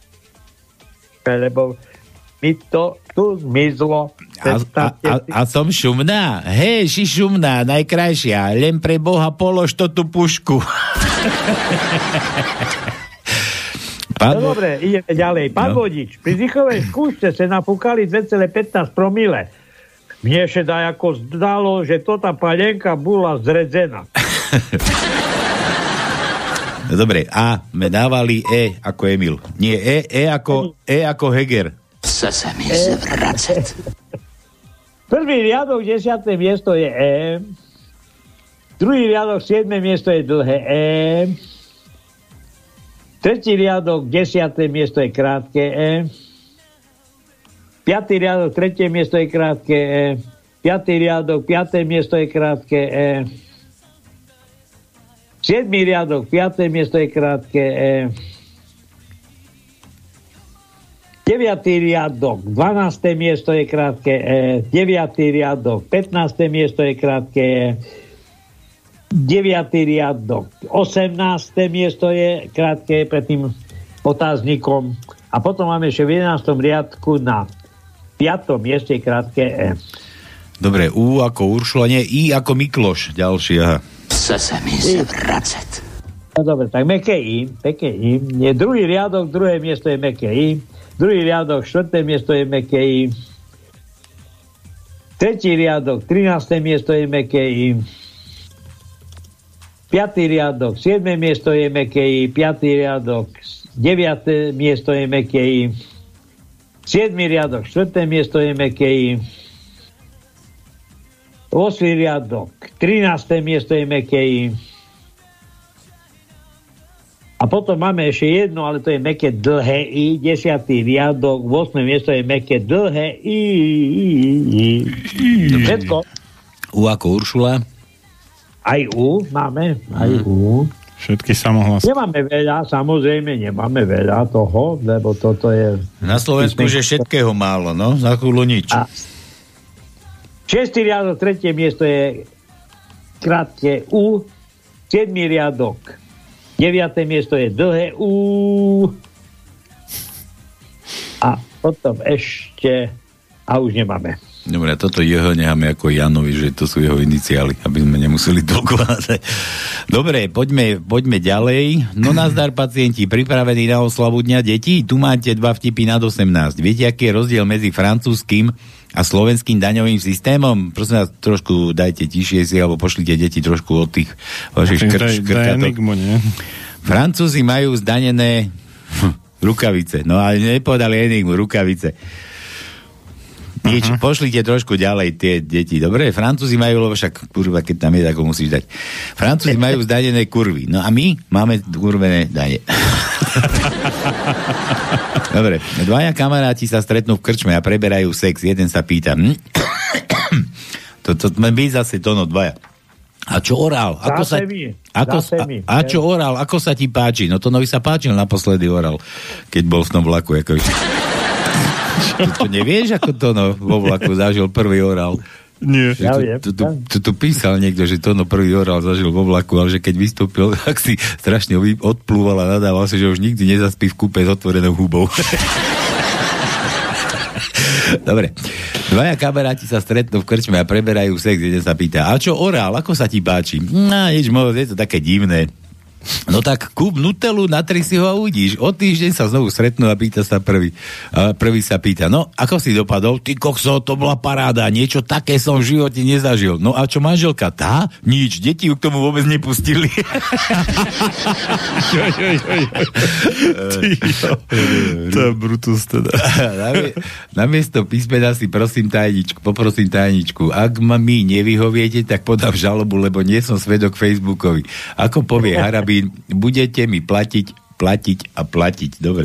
Lebo mi to tu zmizlo. A som šumná? Hej, si šumná, najkrajšia. Len pre Boha polož to tú pušku. No dobre, ideme ďalej. Pán Vodič, pri dýchovej skúšce sa napúkali 2,15 promile. Mne sa dá ako zdalo, že to tá palienka bola zredzená. Dobre, A sme dávali E ako Emil. Nie, E ako Heger. Chce sa mi zvracať. Prvý riadok, 10. miesto je E. Druhý riadok, 7. miesto je dlhé E. Tretí riadok, 10. miesto je krátke E. 5. riadok, 3. miesto je krátke E. 5. riadok, 5. miesto je krátke E. 7. riadok, 5. miesto je krátke E. 9. riadok, 12. miesto je krátke E. 9. riadok, 15. miesto je krátke E. 9. riadok, 18. miesto je krátke E pred tým otáznikom. A potom máme ešte v 11. riadku na 5. mieste je krátke E. Dobre, U ako Uršula, nie, I ako Mikloš, ďalší, aha. Chce sa mi zvracať. No dobre, tak meké I. Nie, druhý riadok, druhé miesto je meké I. Druhý riadok, 4. miesto je meké I. Tretí riadok, 13. miesto je meké I. 5. riadok, 7. miesto je meké I. 5. riadok, 9. miesto je meké I. 7. riadok, 4. miesto je meké I. 8. riadok, 13. miesto je meké I. A potom máme ešte jedno, ale to je meké dlhé I. 10. riadok, 8. miesto je meké dlhé I. Všetko. U ako Uršula. Aj U máme, aj U. Všetky samohlasy. Nemáme veľa, samozrejme, nemáme veľa toho, lebo toto je... Na Slovensku, že všetkého málo, no? Za chvíľu nič. 6. riadok, 3. miesto je krátke U. 7. riadok, 9. miesto je dlhé U. A potom ešte... A už nemáme. Dobre, toto jeho necháme ako Janovi, že to sú jeho iniciály, aby sme nemuseli toľko hádať. Dobre, poďme ďalej. No nazdar pacienti, pripravení na oslavu Dňa detí? Tu máte 2 vtipy nad 18. Viete, aký je rozdiel medzi francúzským a slovenským daňovým systémom? Prosím vás, trošku dajte tišie si, alebo pošlite deti trošku od tých vašich škrtatok. Francúzi majú zdanené rukavice. No ale nepovedali enigmu, rukavice. Nič, pošlite trošku ďalej tie deti. Dobre, Francúzi majú, lebo však kurva, keď tam je, tak ho musíš dať. Francúzi majú zdanené kurvy. No a my máme kurvené dane. Dobre, 2 kamaráti sa stretnú v krčme a preberajú sex. Jeden sa pýta to sme byť zase Tono 2. A čo orál? Čo orál? Ako sa ti páči? No Tonovi sa páčil naposledy orál, keď bol v tom vlaku. To nevieš, ako Tono vo vlaku zažil prvý orál? Nie. Tu písal niekto, že Tono prvý orál zažil vo vlaku, ale že keď vystúpil, tak si strašne odplúval a nadával si, že už nikdy nezaspí v kúpe s otvorenou hubou. Dobre. 2 kamaráti sa stretnú v krčme a preberajú sex. Jeden sa pýta, a čo orál? Ako sa ti páči? No, nič moc, je to také divné. No tak kúp Nutellu, natri si ho a uvidíš. O týždeň sa znovu stretnú a pýta sa prvý. A prvý sa pýta, no ako si dopadol? Ty kokso, to bola paráda, niečo také som v živote nezažil. No a čo manželka? Tá? Nič, deti ju k tomu vôbec nepustili. To je brutus teda. Namiesto písmena si poprosím tajničku. Ak mi nevyhoviete, tak podám žalobu, lebo nie som svedok Facebookovi. Ako povie Harabín, budete mi platiť. Dobre.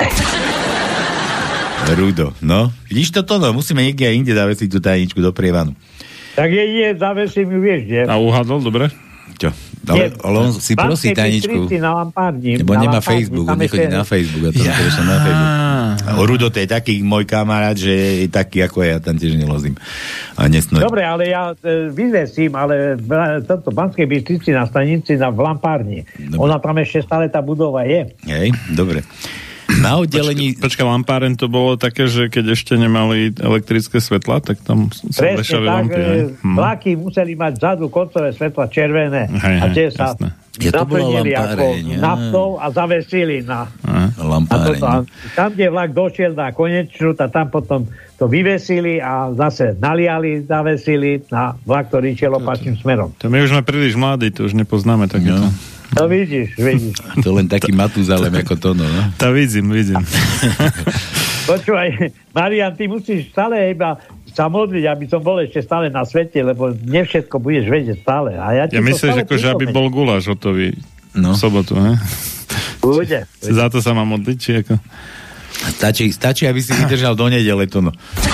Rudo, no. Vidíš toto? No, musíme niekde aj inde zavesiť tú tajničku do prievanu. Tak je zavesím ju, vieš, že? A uhadol, dobre? Čo? Ale on si prosí tajničku. Lebo nemá Facebook, on nechodí na Facebook. Rudo, to je taký môj kamarát, že je taký ako ja tam tiež nelozím. Dobre, ale ja vyvesím, ale toto Banskej Bystrici na stanici v Lampárni. Dobre. Ona tam ešte stále tá budova je. Hej, dobre. Na oddelení... Počkaj, Lampáren to bolo také, že keď ešte nemali elektrické svetla, tak tam sa vešali lampy. Vlaky museli mať vzadu koncové svetla červené. A tie sa naplnili ako naftou a zavesili na Lampáreň. Tam, kde vlak došiel na konečnú, tam potom to vyvesili a zase naliali, zavesili na vlak, ktorý išiel opačným smerom. To my už sme príliš mladí, to už nepoznáme takéto. No vidíš. To len taký Matúzalem ako to, no. To vidím. Počúvaj, Marian, ty musíš stále iba sa modliť, aby som bol ešte stále na svete, lebo nevšetko budeš vedieť stále. A ja myslíš, že aby bol guláš hotový v sobotu, ne? Bude. Za to sa mám modliť, či ako? Stačí, aby si vydržal do nedele to, no.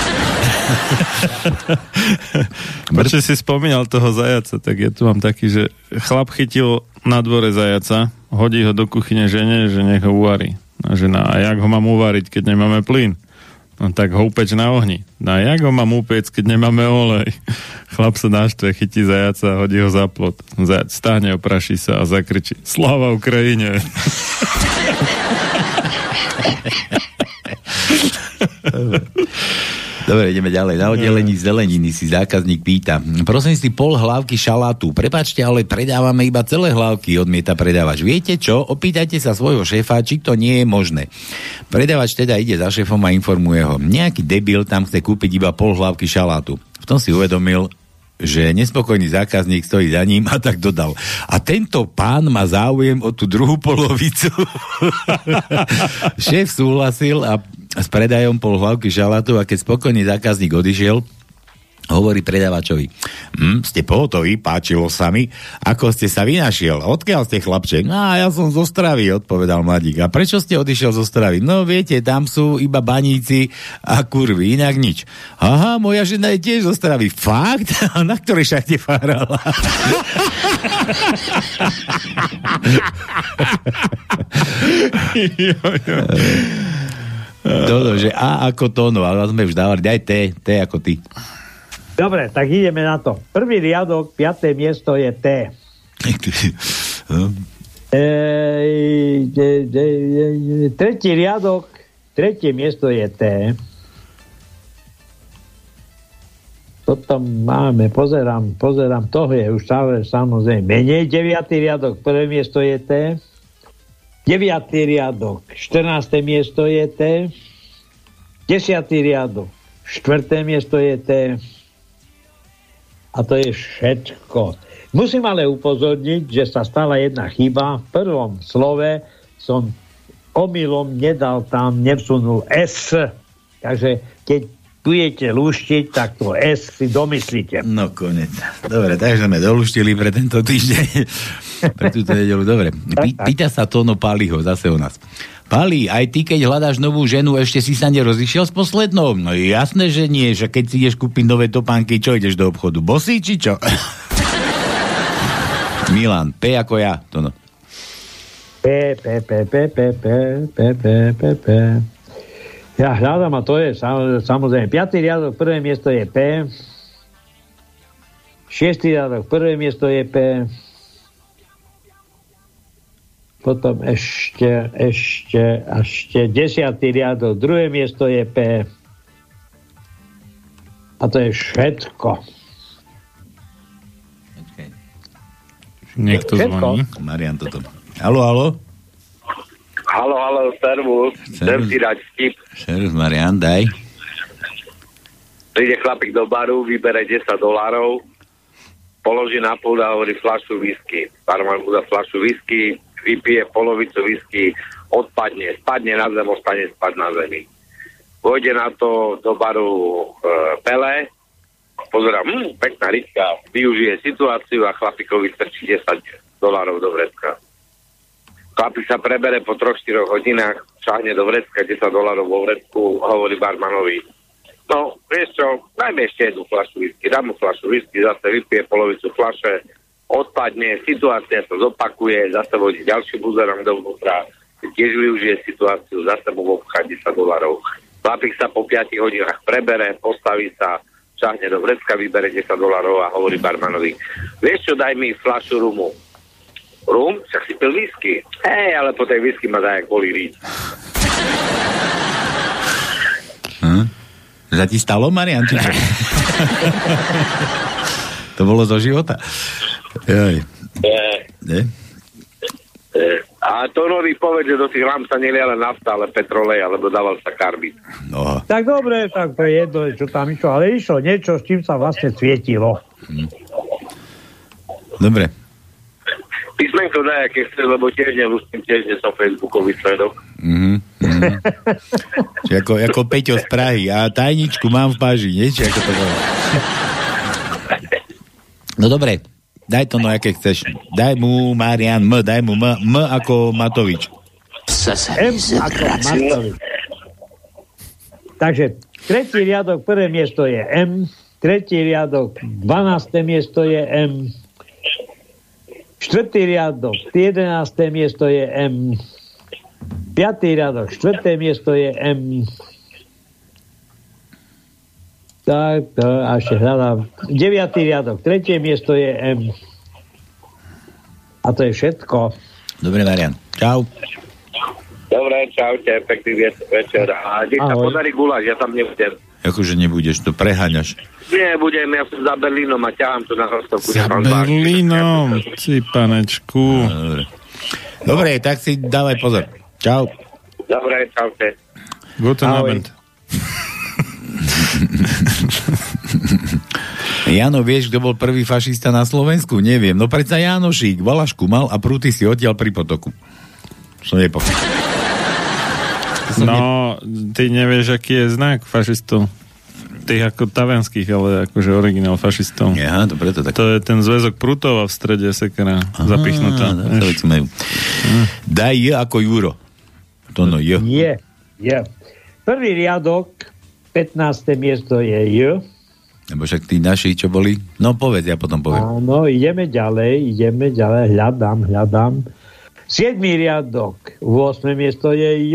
Prečo si spomínal toho zajaca, tak ja tu mám taký, že chlap chytil na dvore zajaca, hodí ho do kuchyne žene, že nech ho uvarí. A žena, a jak ho mám uvariť, keď nemáme plyn? No tak ho upeč na ohni. No a jak ho mám upec, keď nemáme olej? Chlap sa naštve, chytí zajaca a hodí ho za plot. Zajac stáhne, opraší sa a zakričí: Sláva Ukrajine! Dobre, ideme ďalej. Na oddelení zeleniny si zákazník pýta: prosím si pol hlavky šalátu. Prepáčte, ale predávame iba celé hlavky, odmieta predávač. Viete čo? Opýtajte sa svojho šéfa, či to nie je možné. Predávač teda ide za šéfom a informuje ho: nejaký debil tam chce kúpiť iba pol hlavky šalátu. V tom si uvedomil, že nespokojný zákazník stojí za ním a tak dodal: a tento pán má záujem o tú druhú polovicu. Šéf súhlasil a s predajom pol hlavky šalátu, a keď spokojný zákazník odišiel, hovorí predávačovi: ste pohotoví, páčilo sa mi. Ako ste sa vynašiel? Odkiaľ ste, chlapče? No, ja som z Ostravy, odpovedal mladík. A prečo ste odišiel z Ostravy? No, viete, tam sú iba baníci a kurvy, inak nič. Aha, moja žena je tiež z Ostravy. Fakt? Na ktorej šachte fárala? Toto, že A ako tónu, ale sme už dávali, daj T ako ty. Dobre, tak ideme na to. Prvý riadok, 5. miesto je T. Tretí riadok, 3. miesto je T. Potom máme, pozerám, toho je už samozrejme menej. 9. riadok, 1. miesto je T. 9. riadok, 14. miesto je T. 10. riadok, 4. miesto je T. A to je všetko. Musím ale upozorniť, že sa stala jedna chyba. V prvom slove som omylom nevsunul S. Takže keď budete lúštiť, tak to S si domyslíte. No konec. Dobre, takže sme dolúštili pre tento týždeň. Pre túto nedelu. Dobre. Pýta sa Tono Páliho, zase u nás. Páli, aj ty, keď hľadáš novú ženu, ešte si sa nerozišiel s poslednou? No jasné, že nie, že keď si ideš kúpiť nové topánky, čo ideš do obchodu? Bosý, či čo? Milan, P ako ja, Tono. P. Ja hľadám, a to je samozrejme 5. riadok, 1. miesto je P. 6. riadok, 1. miesto je P. Potom ešte 10. riadok, 2. miesto je P. A to je všetko. Niekto zvoní. Marian toto. Haló. Haló, servus. Chcem si dať vtip. Servus, Marian, daj. Príde chlapík do baru, vybere $10, položí na pult a hovorí fľašu whisky. Barman mu dá fľašu whisky, vypije polovicu whisky, spadne na zem, ostane spať na zemi. Vojde na to do baru Pele, pozerá, pekná rička, využije situáciu a chlapíkovi strčí $10 do vrecka. Chlapík sa prebere po 3-4 hodinách, šahne do vrecka, $10 vo vrecku, hovorí barmanovi: no, vieš čo, dajme ešte jednu fľašu whisky, dám mu fľašu whisky, zase vypije polovicu fľaše, odpadne, situácia sa zopakuje, zase vodí ďalší buzerám dovnútra, tiež využije situáciu, zase mu obchá $10. Chlapík sa po 5 hodinách prebere, postaví sa, šahne do vrecka, vybere $10 a hovorí barmanovi: vieš čo, daj mi fľašu rumu. Rum? Však si pil whisky. Ale po tej whisky ma daj, jak bolí ríč. Za ti stalo, Marian? To bolo zo života. Joj. A Tonovi povedz, že do tých lamp sa neliala nafta, ale petrolej, alebo dával sa karbid. No. Tak dobre, tak to je jedno, čo tam išlo, ale išlo niečo, s čím sa vlastne svietilo. Dobre. Písmenko daj, aké chceš, lebo tiež neľúskam, tiež nie som Facebookový svedok. Čiže ako Peťo z Prahy. A tajničku mám v páži, nie? Či ako to bolo? No dobre. Daj to, no, aké chceš. Daj mu Marian M, daj mu M ako Matovič. M ako Matovič. Takže tretí riadok, prvé miesto je M, tretí riadok, 12. miesto je M, štvrtý riadok, 11. miesto je M, 5. riadok, 4. miesto je M, tak, a ešte hľadám. 9. riadok, 3. miesto je M. A to je všetko. Dobre, Marian. Čau. Dobre, čaute, pekný večer. A nech sa podarí guláš, ja tam nebudem. Akože nebudeš, to preháňaš. Nie, budem, ja som za Berlínom a ťahám tu na hostovku. Za Berlínom, si panečku. Dobre, tak si dávaj pozor. Čau. Dobre, čaute. Guten Abend. Jano, vieš, kto bol prvý fašista na Slovensku? Neviem. No predsa Janošík, Valašku mal a prúty si odtiaľ pri potoku. Som nepochopil. No, ty nevieš, aký je znak fašistov. Tých ako tavenských, ale akože originál fašistov. Aha, to preto tak. To je ten zväzok prútov a v strede sekera zapichnutá. Daj J ako Juro. To no J. Je. Prvý riadok, 15. miesto je J. Lebo však tí naši, čo boli? No povedz, ja potom poviem. Áno, ideme ďalej, hľadám. 7. riadok, 8. miesto je J.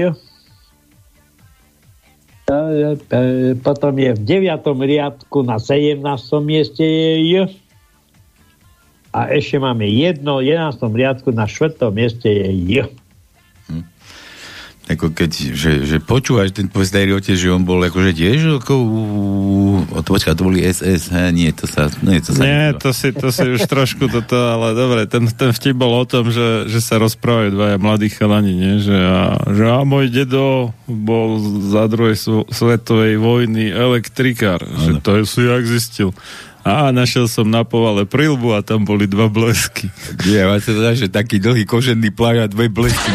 Potom je v 9. riadku na 17. mieste je J. A ešte máme 11. riadku na 4. mieste je J. Ako keď, že počúvaš ten povestajný otec, že on bol akože tiež počkaj, to boli SS, nie, to sa to si už trošku toto, ale dobre, ten vtip bol o tom, že sa rozprávajú dvaja mladí chalani, nie? Že môj dedo bol za druhej svetovej vojny elektrikár, že to si jak zistil. A našiel som na povale prilbu a tam boli 2 blesky. Nie, máte to že taký dlhý kožený pláž a 2 blesky.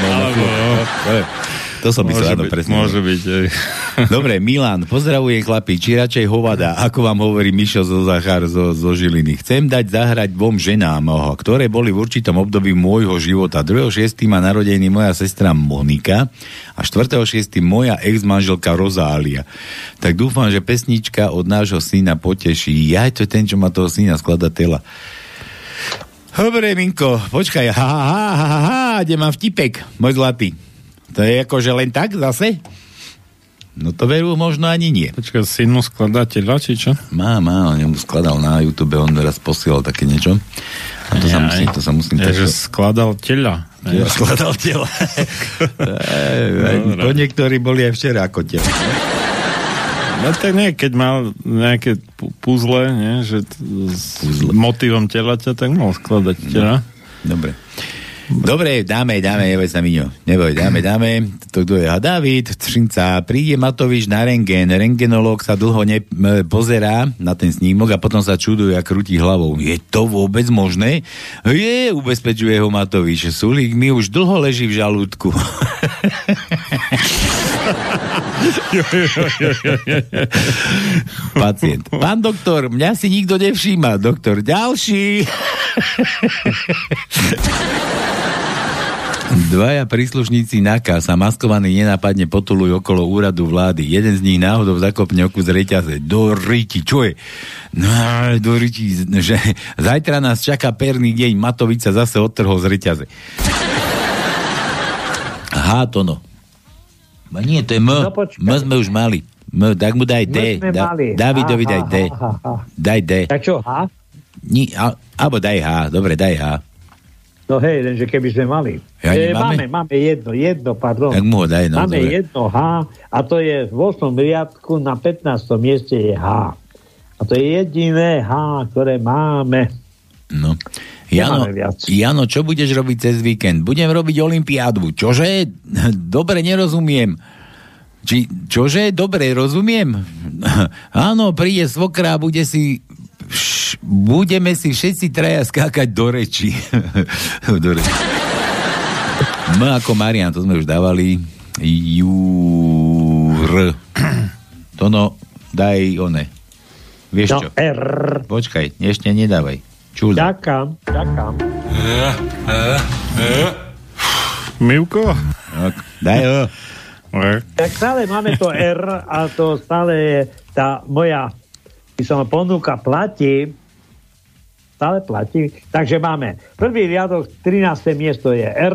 To som myslel, áno, presne. Môže byť, aj. Dobre, Milan, pozdravujem chlapi, či radšej hovada, ako vám hovorí Mišo zo Zachar zo Žiliny. Chcem dať zahrať 2 ženám, ktoré boli v určitom období môjho života. 2.6. má narodeniny moja sestra Monika a 4.6. moja ex-manželka Rozália. Tak dúfam, že pesnička od nášho syna poteší. Jaj, to je ten, čo má toho syna skladateľa. Dobre, Minko, počkaj. Kde mám vtipek, môj zlatý. To je akože len tak zase? No to veru možno ani nie. Počkaj, syn mu skladateľa, či čo? Má, on mu skladal na YouTube, on raz posielal také niečo. A to sa musím takže skladal tela. Ja skladal tela. To niektorí boli aj včera ako tela. No tak nie, keď mal nejaké puzzle, nie, že s motivom telaťa, tak mal skladať tela. Dobre, dáme, neboj sa, Miňo. Neboj, dáme. To kto je? David Třinca. Príde Matovič na rentgen. Rentgenológ sa dlho pozerá na ten snímok a potom sa čuduje a krúti hlavou. Je to vôbec možné? Je, ubezpečuje ho Matovič. Sulík mi už dlho leží v žalúdku. Pacient. Pán doktor, mňa si nikto nevšíma. Doktor, ďalší. Dvaja príslušníci NAKA sa maskovaní nenápadne potulujú okolo úradu vlády. Jeden z nich náhodou zakopne oku z reťaze. Do riti, čo je? No, do riti, že zajtra nás čaká perný deň. Matovič sa zase odtrhol z reťaze. Aha, to no. Nie, to je M. No, M sme už mali. M, tak mu daj D. Davidovi daj D. Daj D. Tak čo, H? Alebo daj H. Dobre, daj H. No hej, lenže keby sme mali. Máme jedno, pardon. Tak mu ho daj, no. Máme jedno H a to je v 8. riadku na 15. mieste je H. A to je jediné H, ktoré máme. No. Jano, čo budeš robiť cez víkend? Budem robiť olympiádu. Čože? Dobre, nerozumiem. Čože? Dobre, rozumiem? Áno, príde svokra a budeme si všetci traja skákať do reči. Do reči. M ako Marian, to sme už dávali. Júr. Tono, daj one. Vieš čo? R. Počkaj, ešte nedávaj. Čuda. Ďakám. Mivko? Daj ho. Tak stále máme to R a to stále je tá moja ponuka platí. Stále platí. Takže máme prvý riadok, 13. miesto je R.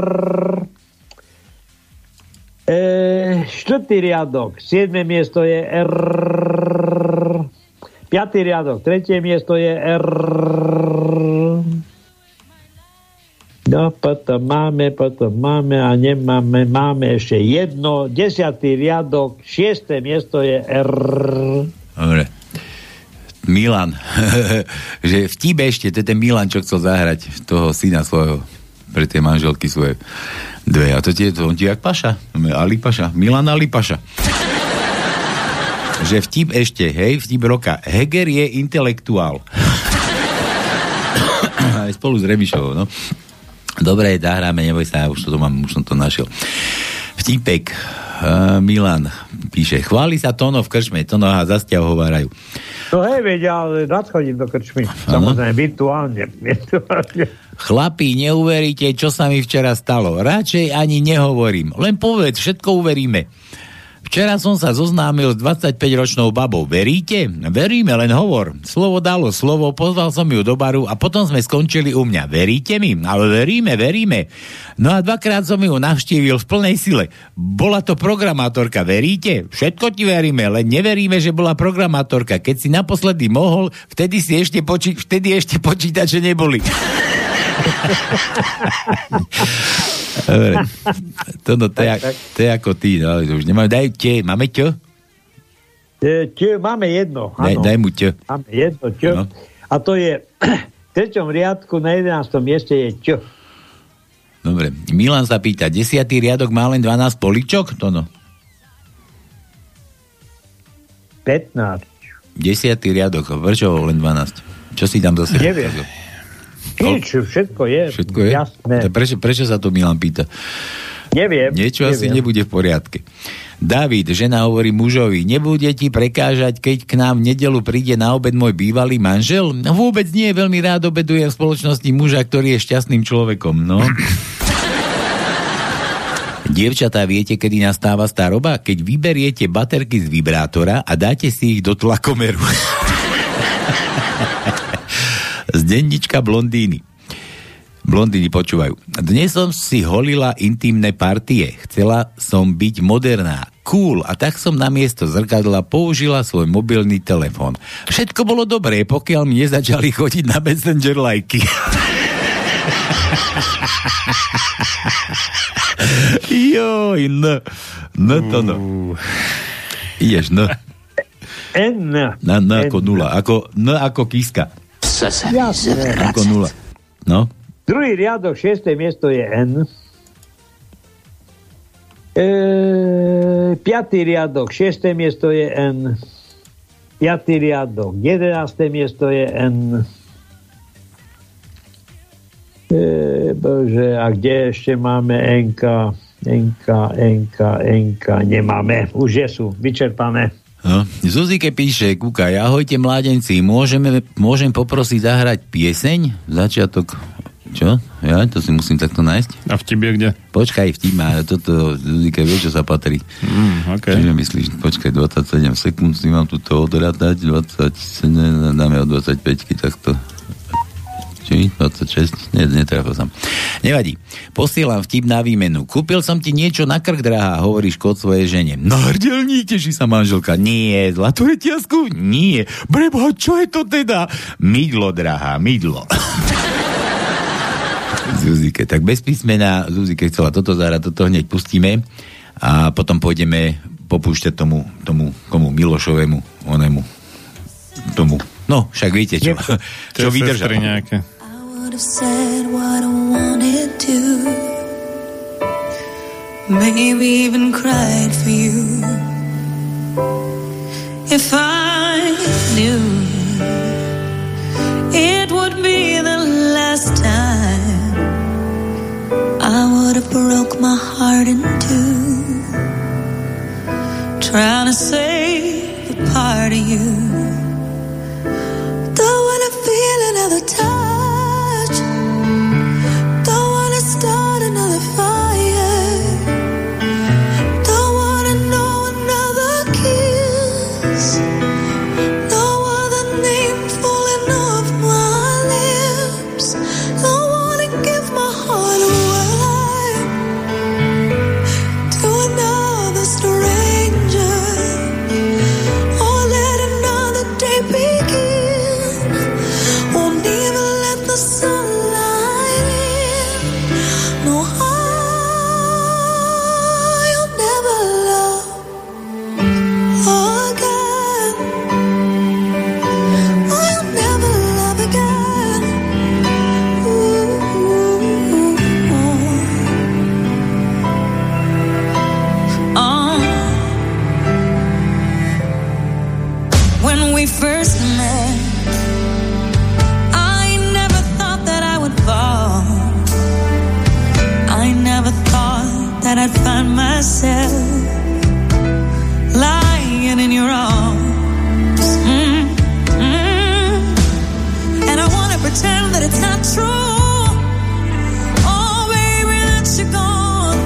Štvrtý riadok, 7. miesto je R. 5. riadok, 3. miesto je R. No, potom máme a nemáme, máme ešte jedno. 10. riadok, 6. miesto je R. Dobre. Milan. Že vtip ešte, to je ten Milan, čo chcel zahrať toho syna svojho pre tie manželky svoje dve. A to on ti jak Paša. Ali Paša. Milan Ali Paša. Že vtip ešte, hej, vtip roka. Heger je intelektuál. Aj spolu s Remišovou, no. Dobre, zahráme, neboj sa, už som to našiel. Vtipek. Milan píše, chváli sa Tono v krčme, Tono a zase ťa ohovárajú. No hej, veď, ale rád chodím do krčmy. Samozrejme, virtuálne. Chlapi, neuveríte, čo sa mi včera stalo. Radšej ani nehovorím. Len povedz, všetko uveríme. Včera som sa zoznámil s 25-ročnou babou. Veríte? Veríme, len hovor. Slovo dalo slovo, pozval som ju do baru a potom sme skončili u mňa. Veríte mi? Ale veríme. No a 2-krát som ju navštívil v plnej sile. Bola to programátorka, veríte? Všetko ti veríme, len neveríme, že bola programátorka. Keď si naposledy mohol, vtedy ešte počítače neboli. To je ako ty, no, už nemáme. Daj tie, máme ťo? Máme jedno, daj mu ťo. Máme jedno ťo. No. A to je v 3. riadku na 11. mieste je ťo. Dobre, Milan sa pýta, 10. riadok má len 12 poličok? To no. 15. 10. riadok, prečo len 12? Čo si tam dosiahol? Neviem. Všetko je. Všetko je? Jasné. Prečo sa to Milan pýta? Neviem. Niečo asi nebude v poriadke. David, žena hovorí mužovi, nebude ti prekážať, keď k nám v nedeľu príde na obed môj bývalý manžel? No, vôbec nie, veľmi rád obedujem v spoločnosti muža, ktorý je šťastným človekom, no. Dievčatá, viete, kedy nastáva staroba? Keď vyberiete baterky z vibrátora a dáte si ich do tlakomeru. Z denníčka Blondíny. Blondíny počúvajú. Dnes som si holila intimné partie. Chcela som byť moderná, cool a tak som namiesto zrkadla použila svoj mobilný telefón. Všetko bolo dobré, pokiaľ mi nezačali chodiť na Messenger lajky. Joj, no to no. Ideš, no. N. Na ako nula. Ako kíska. Ako nula. No. Druhý riadok, 6. miesto je N. 5. riadok, 6. miesto je N. 5. riadok, 11. miesto je N. Bože, a kde ešte máme N-ka? Nemáme. Už sú vyčerpané. No, Zuzike píše, kúkaj, ahojte mládenci, môžem poprosiť zahrať pieseň? Začiatok, čo? Ja to si musím takto nájsť. A vtip je kde? Počkaj, vtip má, toto Zuzike vie, čo sa patrí. Okay. Čiže myslíš, počkaj, 27 sekúnd si mám tuto odrátať, 27, dáme od 25-ky takto. Či? 26? Netrafil som. Nevadí. Posielam vtip na výmenu. Kúpil som ti niečo na krk, drahá, hovorí Škód svojej žene. No hrdelník, teší sa manželka. Nie. Zlatú reťazku? Nie. Breboha, čo je to teda? Mydlo, drahá, mydlo. Zuzike, tak bez písmena. Zuzike chcela toto zahrať, toto hneď pustíme a potom pôjdeme popúšťať tomu komu Milošovému, onemu, tomu No, však viete, čo vydržal. Nejaké. I would have said what I wanted to. Maybe even cried for you. If I knew it would be the last time, I would have broke my heart in two, trying to save a part of you. Don't wanna feel another touch, don't wanna start another fire, don't wanna know another kiss, no other name falling off my lips, don't wanna give my heart away to another stranger, or let another day begin, won't even let the sunlight in, no, I'll never love again, I'll never love again. When we first met, I never thought that I would fall. I never thought that I'd find myself lying in your arms. And I want to pretend that it's not true. Oh, baby, that you're gone.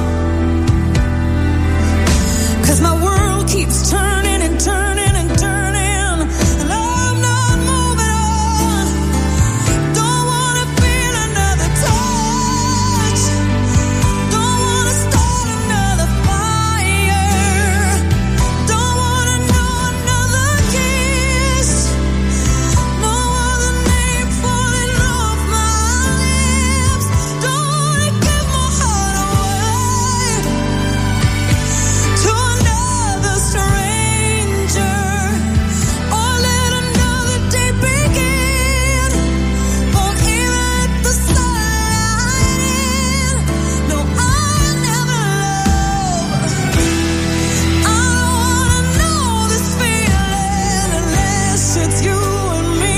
'Cause my world keeps turning and turning and turning, and I'm not moving on. Don't wanna feel another touch, don't wanna start another fire, don't wanna know another kiss, no other name falling off my lips, don't wanna give my heart away to another stranger, or let another day begin, won't even let the sunlight in, no, I'll never love, I don't wanna know this feeling unless it's you and me,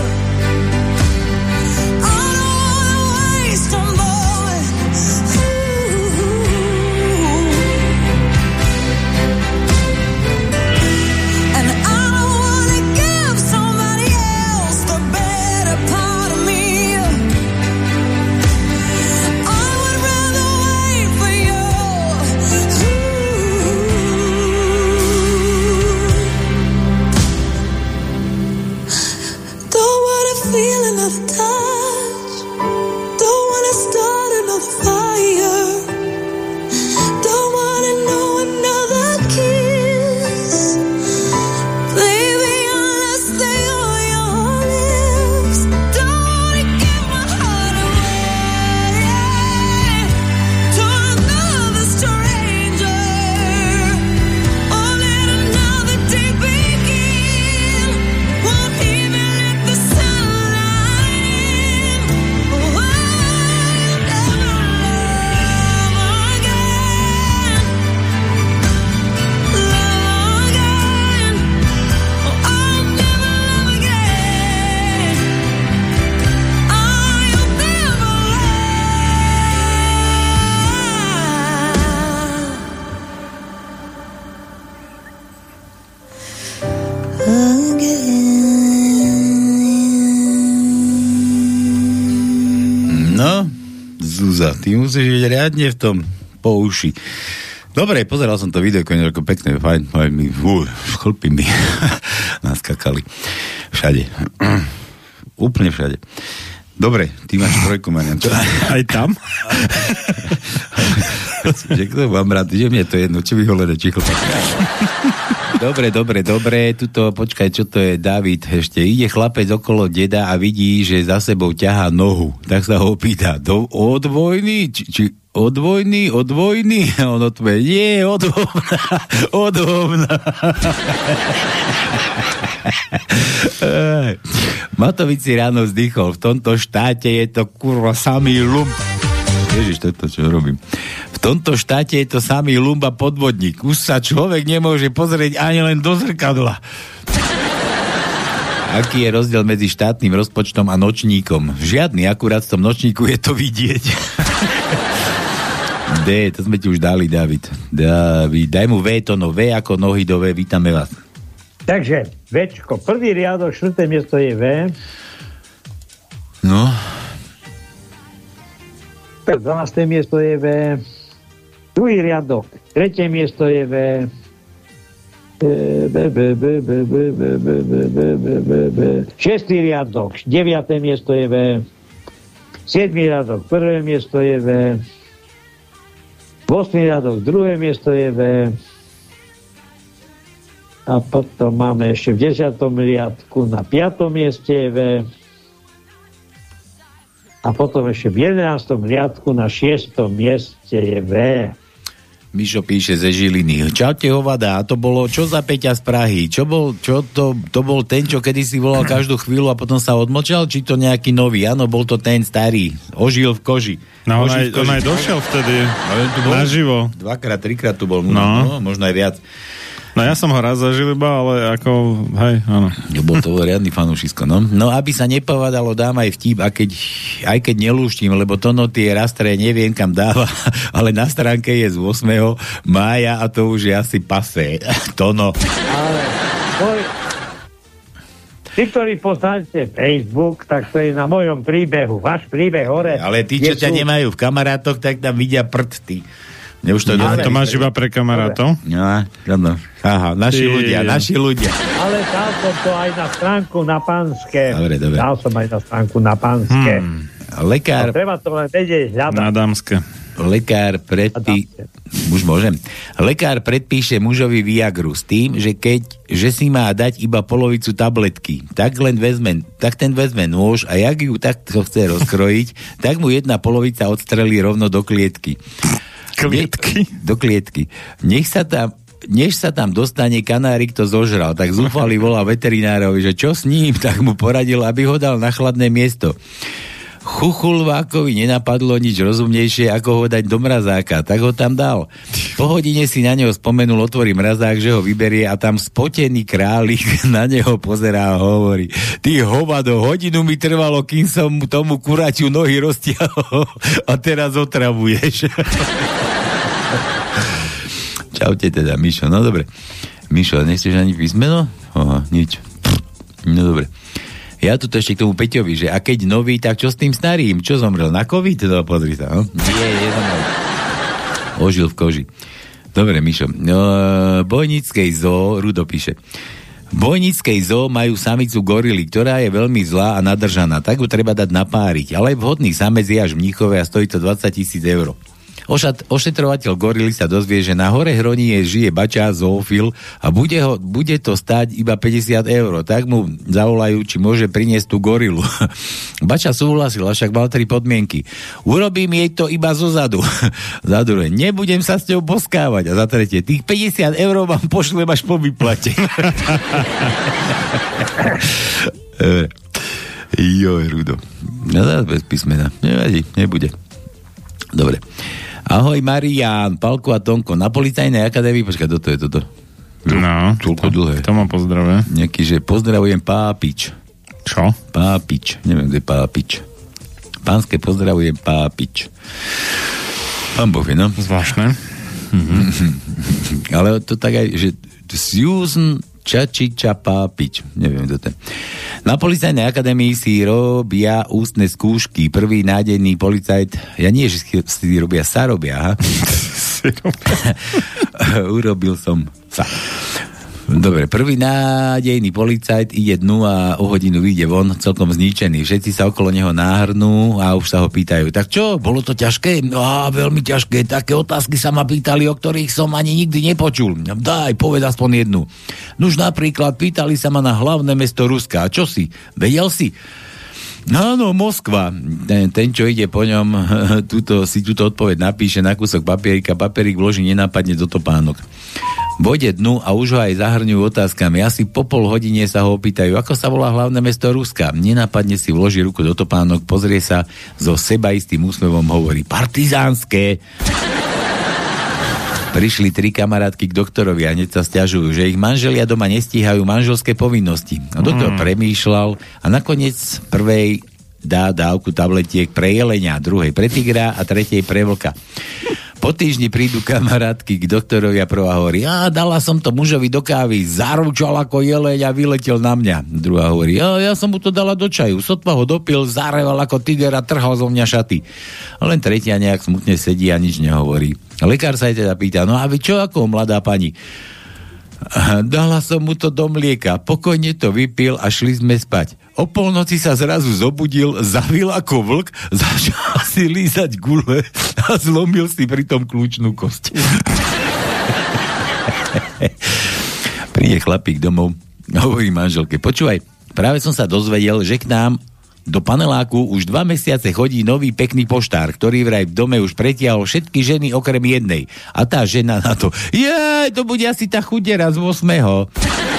I don't wanna waste a moment, and I don't wanna give somebody else the better part of me. I would rather wait for you. Don't wanna feel another touch, don't wanna start another fire, don't wanna know another kiss, baby, unless they are your lips, don't wanna give my heart away to another stranger, or let another day begin, won't even let the sunlight in, oh, I'll never love again, oh, I'll never love again, I'll never love again. No, Zúza, ty musíš byť riadne v tom po uši. Dobre, pozeral som to video, ako pekné, fajn, chlpy mi naskakali. Všade. Úplne všade. Dobre, ty máš trojku, Marian. Aj tam? Že kto mám rád, že mne to jedno, či vyholené, či chlpy. Dobre. Tuto, počkaj, čo to je, David? Ešte ide chlapec okolo deda a vidí, že za sebou ťahá nohu. Tak sa ho pýta, od vojny? Či od vojny? A on odpovie, nie, od hovna. Matovič si ráno vzdychol, v tomto štáte je to kurva samý lump. Ježiš, toto čo robím. V tomto štáte je to samý lump a podvodník. Už sa človek nemôže pozrieť ani len do zrkadla. Aký je rozdiel medzi štátnym rozpočtom a nočníkom? Žiadny, akurát v tom nočníku je to vidieť. D, to sme ti už dali, David. Daj mu V, to no V ako nohy do V, vítame vás. Takže, Včko, prvý riadok, 4. miesto je V. No. 12. miesto je V. Druhý riadok, 3. miesto je V. 6. riadok, 9. miesto je V. 7. riadok, 1. miesto je V. 8. riadok, 2. miesto je V. A potom máme ešte v 10. riadku na 5. mieste je V. A potom ešte v 11. riadku na 6. mieste je V. Mišo píše ze Žiliny. Čaute hovada, a to bolo čo za Peťa z Prahy? To bol ten, čo kedysi volal každú chvíľu a potom sa odmlčal, či to nejaký nový? Áno, bol to ten starý. Ožil v koži. No on aj došiel vtedy naživo. 2-krát, 3-krát tu bol. No, možno aj viac. No ja som ho raz zažil iba, ale ako, hej, áno. Bol to riadny fanúšisko, no. No, aby sa nepovedalo, dám aj vtip, aj keď nelúštim, lebo Tono tie rastre neviem kam dáva, ale na stránke je z 8. mája a to už je asi pasé. Tono. Ale tí, ktorí poznáte Facebook, tak to je na mojom príbehu. Váš príbeh hore. Ale tí, čo ťa nemajú v kamarátoch, tak tam vidia prd, ty. To máš iba pre kamarátov? No, aha, naši ľudia. Ale dal som to aj na stránku na Panské. Dobre. Dal som aj na stránku na Panské. Lekár... Treba to len vedieť, hľadať. Na Dámske. Lekár predpíše mužovi Viagru s tým, že si má dať iba polovicu tabletky. Tak ten vezme nôž a jak ju takto chce rozkrojiť, tak mu jedna polovica odstrelí rovno do klietky. Do klietky. Než sa tam dostane, kanárik to zožral, tak zúfalý volal veterinárovi, že čo s ním, tak mu poradil, aby ho dal na chladné miesto. Chuchulvákovi nenapadlo nič rozumnejšie, ako ho dať do mrazáka, tak ho tam dal. Po hodine si na neho spomenul, otvorí mrazák, že ho vyberie a tam spotený králik na neho pozerá a hovorí: ty hovado, hodinu mi trvalo, kým som tomu kuraťu nohy roztiahol a teraz otravuješ. Čaute teda, Mišo. No dobre. Mišo, nechceš ani písmeno? Aha, nič. No dobre. Ja tu ešte k tomu Peťovi, že a keď nový, tak čo s tým starým? Čo zomrel? Na COVID? No, pozri sa, no? Nie, zomrel. Ožil v koži. Dobre, Mišo. Bojnickej zoo, Rudo píše. Bojnickej zoo majú samicu gorily, ktorá je veľmi zlá a nadržaná. Tak ju treba dať napáriť. Ale vhodný samec je až v Mníchove a stojí to 20,000 eur. Ošetrovateľ gorily sa dozvie, že na Hore Hronie žije bača zoofil a bude to stáť iba 50 eur. Tak mu zavolajú, či môže priniesť tú gorilu. Bača súhlasil, však mal 3 podmienky. Urobím jej to iba zozadu. Za druhé, nebudem sa s ňou boskávať. A za tretie, tých 50 eur vám pošlem až po výplate. Joj, Rudo. No zás bez písmena. Nevadí, nebude. Dobre. Ahoj Marián, Palko a Tonko. Na Policajnej akadémii, počkaj, toto je toto. No, toľko dlhé. To ma pozdravuje. Nejaký, že pozdravujem Pápič. Čo? Pápič. Neviem, kde je Pápič. Pánske pozdravujem Pápič. Pán Boh, no? Zvláštne. Ale to tak aj, že Susan Čačiča Pápič. Neviem, kto to je. Na Policajnej akadémii si robia ústne skúšky. Prvý nádejný policajt, ja nie, že si robia, sa robia, aha. Urobil som sa. Dobre, prvý nádejný policajt ide dnu a o hodinu vyjde von celkom zničený. Všetci sa okolo neho náhrnú a už sa ho pýtajú. Tak čo, bolo to ťažké? Veľmi ťažké. Také otázky sa ma pýtali, o ktorých som ani nikdy nepočul. Daj, povedz aspoň jednu. Nuž napríklad pýtali sa ma na hlavné mesto Ruska. A čo si? Vedel si? Áno, Moskva. Ten, čo ide po ňom, túto odpoveď napíše na kúsok papierika, papierik vloží nenápadne do topánok. Vojde dnu a už ho aj zahrňujú otázkami. Asi po pol hodine sa ho opýtajú, ako sa volá hlavné mesto Ruska. Nenápadne si vloží ruku do topánok, pozrie sa so sebaistým úsmevom, hovorí partizánske. Prišli 3 kamarátky k doktorovi a hneď sa sťažujú, že ich manželia doma nestíhajú manželské povinnosti. A doktor premýšľal a nakoniec prvej dá dávku tabletiek pre jelenia, druhej pre tigra a tretej pre vlka. Po týždni prídu kamarátky k doktorovi a prvá hovorí, dala som to mužovi do kávy, zaručal ako jeleň a vyletel na mňa. Druhá hovorí, ja som mu to dala do čaju, sotva ho dopil, zareval ako tiger a trhal zo mňa šaty. A len tretia nejak smutne sedí a nič nehovorí. Lekár sa aj teda pýta, no a vy čo ako mladá pani? Dala som mu to do mlieka, pokojne to vypil a šli sme spať. O polnoci sa zrazu zobudil, zavil ako vlk, začal si lízať gule a zlomil si pritom kľúčnú kosť. Príde chlapík domov, hovorí manželke, počúvaj, práve som sa dozvedel, že k nám do paneláku už 2 mesiace chodí nový pekný poštár, ktorý vraj v dome už pretiahol všetky ženy okrem jednej. A tá žena na to, to bude asi tá chudera z 8.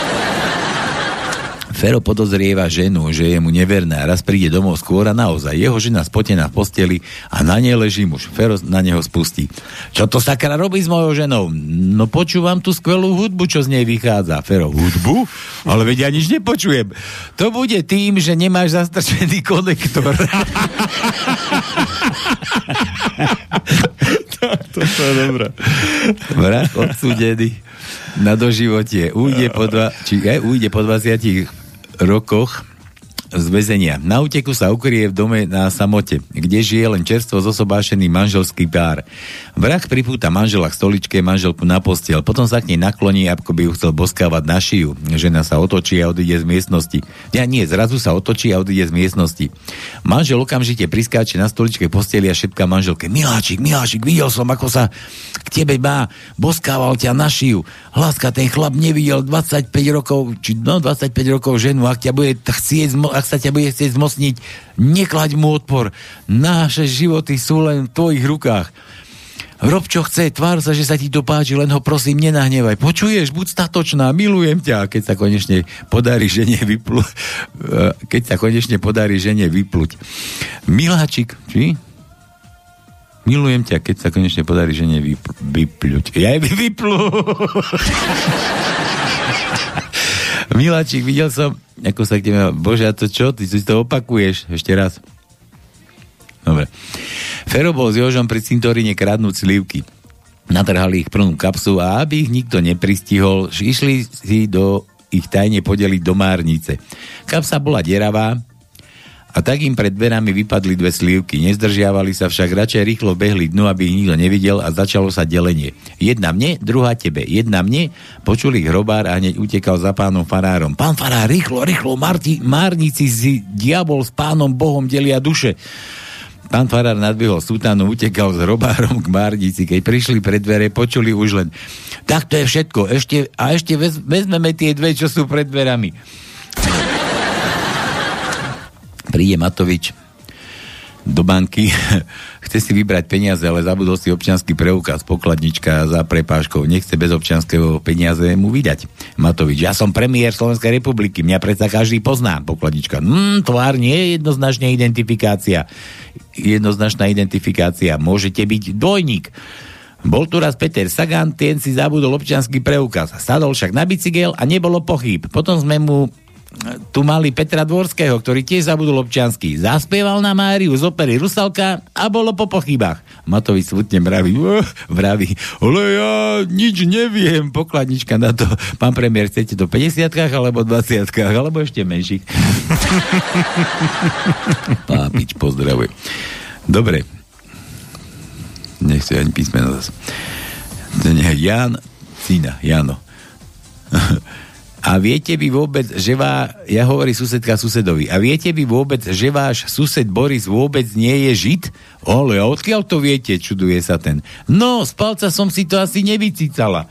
Fero podozrieva ženu, že je mu neverná. Raz príde domov skôr a naozaj jeho žena spotená v posteli a na nej leží muž. Fero na neho spustí. Čo to sakra robí s mojou ženou? No počúvam tú skvelú hudbu, čo z nej vychádza. Fero, hudbu? Ale veď ja nič nepočujem. To bude tým, že nemáš zastrčený konektor. To je dobré. Vrah odsúdený na doživotie. Ujde po 20 rokoch z väzenia. Na úteku sa ukrie v dome na samote, kde žije len čerstvo zosobášený manželský pár. Vrah pripúta manžela k stoličke, manželku na posteľ, potom sa k nej nakloní, ako by ju chcel boskávať na šiju. Žena sa otočí a odíde z miestnosti. Zrazu sa otočí a odíde z miestnosti. Manžel okamžite priskáče na stoličke posteli a šepká manželke: Miláčik, videl som, ako sa k tebe má, boskával ťa na šiju. Láska, ten chlap nevidel 25 rokov ženu, ak sa ťa bude chcieť zmocniť, neklaď mu odpor. Naše životy sú len v tvojich rukách. Rob, čo chce, tvár sa, že sa ti to páči, len ho prosím, nenahnevaj. Počuješ, buď statočná, milujem ťa. Keď sa konečne podarí žene vypluť. Miláčik, či? Milujem ťa, keď sa konečne podarí žene vypluť. Ja je vyplu. Miláčik, videl som, ako sa k tebe... Bože, a to čo? Ty si to opakuješ ešte raz. Dobre. Fero bol s Jožom pri cintoríne kradnúť slivky. Natrhali ich plnú kapsu a aby ich nikto nepristihol, išli si ich tajne podeliť do márnice. Kapsa bola deravá a tak im pred dverami vypadli 2 slivky. Nezdržiavali sa však, radšej rýchlo behli dnu, aby ich nikto nevidel a začalo sa delenie. Jedna mne, druhá tebe. Jedna mne, počul ich hrobár a hneď utekal za pánom farárom. Pán farár, rýchlo, márnici si diabol s pánom Bohom delia duše. Pán farár nadvihol sutánu, utekal s hrobárom k márnici. Keď prišli pred dvere, počuli už len: tak to je všetko, ešte vezmeme tie 2, čo sú pred dverami. Príde Matovič do banky, chce si vybrať peniaze, ale zabudol si občiansky preukaz, pokladnička za prepážkou, nechce bez občianskeho peniaze mu vydať. Matovič: ja som premiér Slovenskej republiky, mňa predsa každý pozná. Pokladnička: tvár nie je jednoznačná identifikácia, môžete byť dvojník. Bol tu raz Peter Sagan, ten si zabudol občiansky preukaz, sadol však na bicykel a nebolo pochýb. Potom sme mu tu mali Petra Dvorského, ktorý tiež zabudol občiansky. Zaspieval na Máriu z opery Rusalka a bolo po pochybách. Matovič smutne vraví, ale ja nič neviem. Pokladnička na to: pán premiér, chcete to 50-kách alebo 20-kách, alebo ešte menších? Pápič, pozdravuj. Dobre. Nechce ani písmeno zase. Jan, Cína, Jano. A viete vy vôbec, že ja hovorí susedka susedovi, a viete vy vôbec, že váš sused Boris vôbec nie je Žid? Ale odkiaľ to viete, čuduje sa ten. No, z palca som si to asi nevycicala.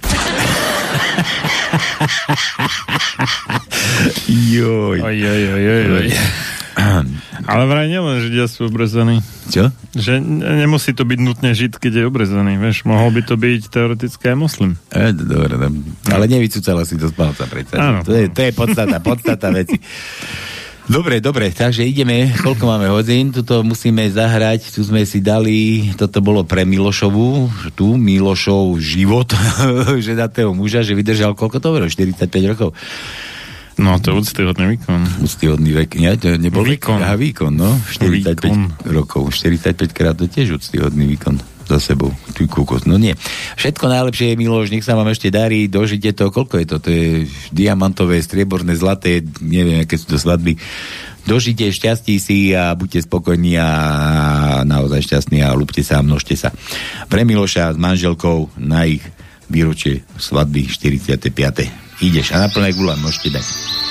Joj. Oj. Ale vraj nielen Židia sú obrezaní. Čo? Že nemusí to byť nutne Žid, keď je obrezaný, vieš. Mohol by to byť teoreticky aj moslim. Dobre, ale nevycúcala si to z palca predsa. Áno. To je podstata veci. Dobre, takže ideme, koľko máme hodín, tuto musíme zahrať, tu sme si dali, toto bolo pre Milošovu, tu Milošov život, ženatého muža, že vydržal, koľko to bolo, 45 rokov. No, to je úctyhodný výkon. Úctyhodný vek, nie? To nebol výkon. Výkon, no. 45 rokov. 45 krát to tiež úctyhodný výkon za sebou. Ty kúkos, no nie. Všetko najlepšie je, Miloš, nech sa vám ešte darí, dožite to, koľko je to? To je diamantové, strieborné, zlaté, neviem, aké sú to svadby. Dožite, šťastí si a buďte spokojní a naozaj šťastní a ľúbte sa a množte sa. Pre Miloša s manželkou na ich výročie svadby 45. Ideš a na plné guľa môžete dať.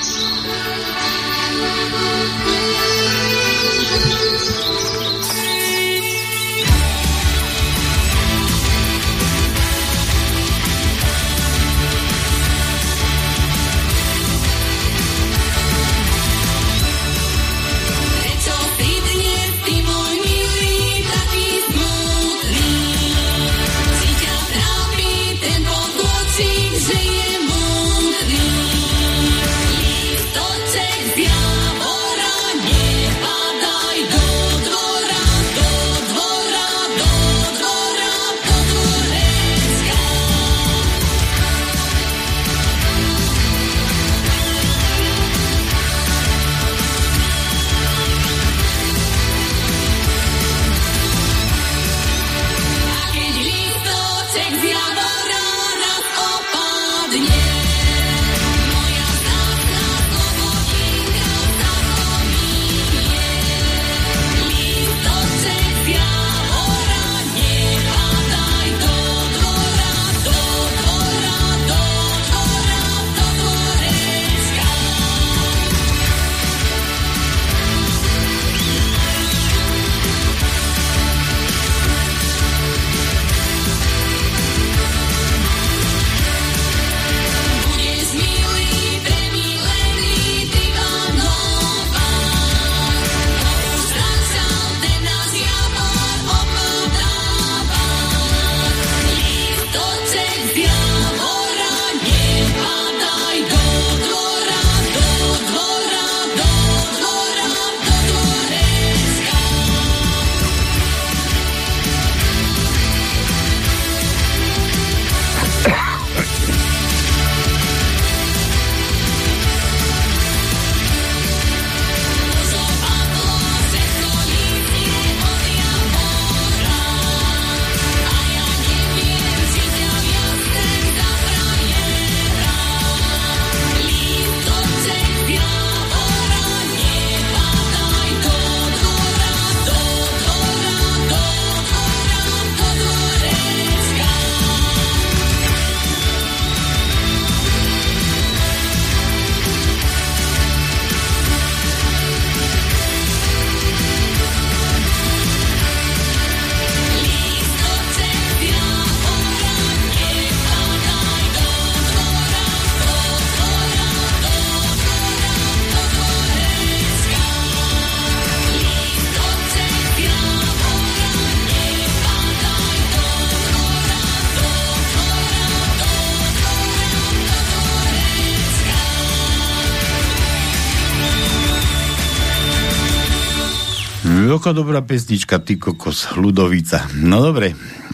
Ako dobrá pesnička, ty kokos, Ľudovica. No dobre,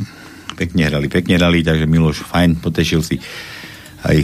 pekne hrali, takže Miloš, fajn, potešil si aj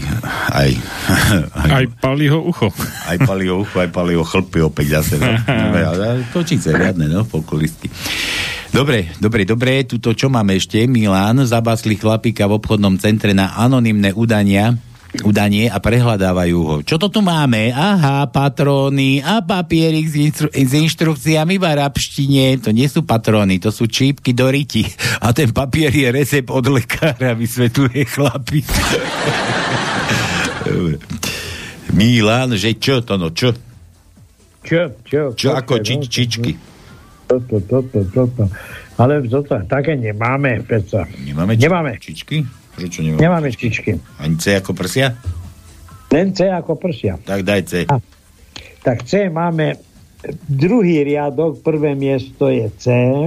Paliho ucho. Aj Paliho ucho, aj Paliho chlpy opäť zase. No. Točice, riadne, no, folkloristky. Dobre, tuto čo máme ešte? Milan, zabásli chlapíka v obchodnom centre na anonymné udanie a prehľadávajú ho. Čo to tu máme? Aha, patróny a papierik s inštrukciami v arabštine. To nie sú patróny, to sú čípky do ryti. A ten papier je recept od lekára, vysvetľuje chlapík. Dobre. Milan, že čo to, no čo? Čo ako čičky? Toto. Ale toto, také nemáme, peca. Nemáme. Čičky? Prečo nemáme? Nemáme čičky. Ani C ako prsia? Len C ako prsia. Tak daj C. Tak C máme druhý riadok, prvé miesto je C.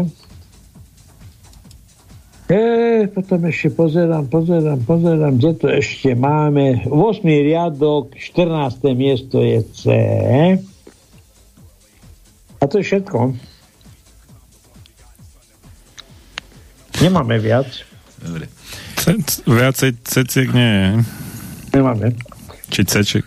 Potom ešte pozerám, kde to ešte máme. 8. riadok, 14. miesto je C. A to je všetko. Nemáme viac. Dobre. Viacej ceciek nie je. Nemáme. Či ceček.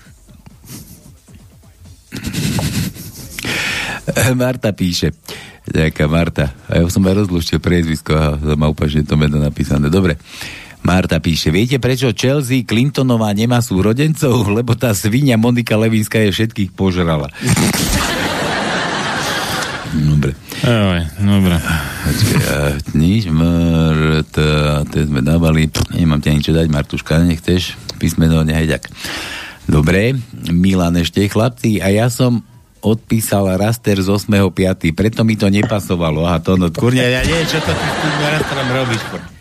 Marta píše. Nejaká Marta. A ja som aj rozluštil priezvisko a má úplne to meno napísané. Dobre. Marta píše. Viete, prečo Chelsea Clintonová nemá súrodencov? Lebo tá svinia Monika Levinská je všetkých požrala. Dobre. Dobre. Nič, Marta, to sme dávali. Nemám ťa ničo dať, Martuška, nechceš? Písmeno, nehaj tak. Dobre. Milan ešte, chlapci, a ja som odpísal raster z 8.5. Preto mi to nepasovalo. Aha, to no, kurňa, ja nie, čo to ty s tým rasterom robíš?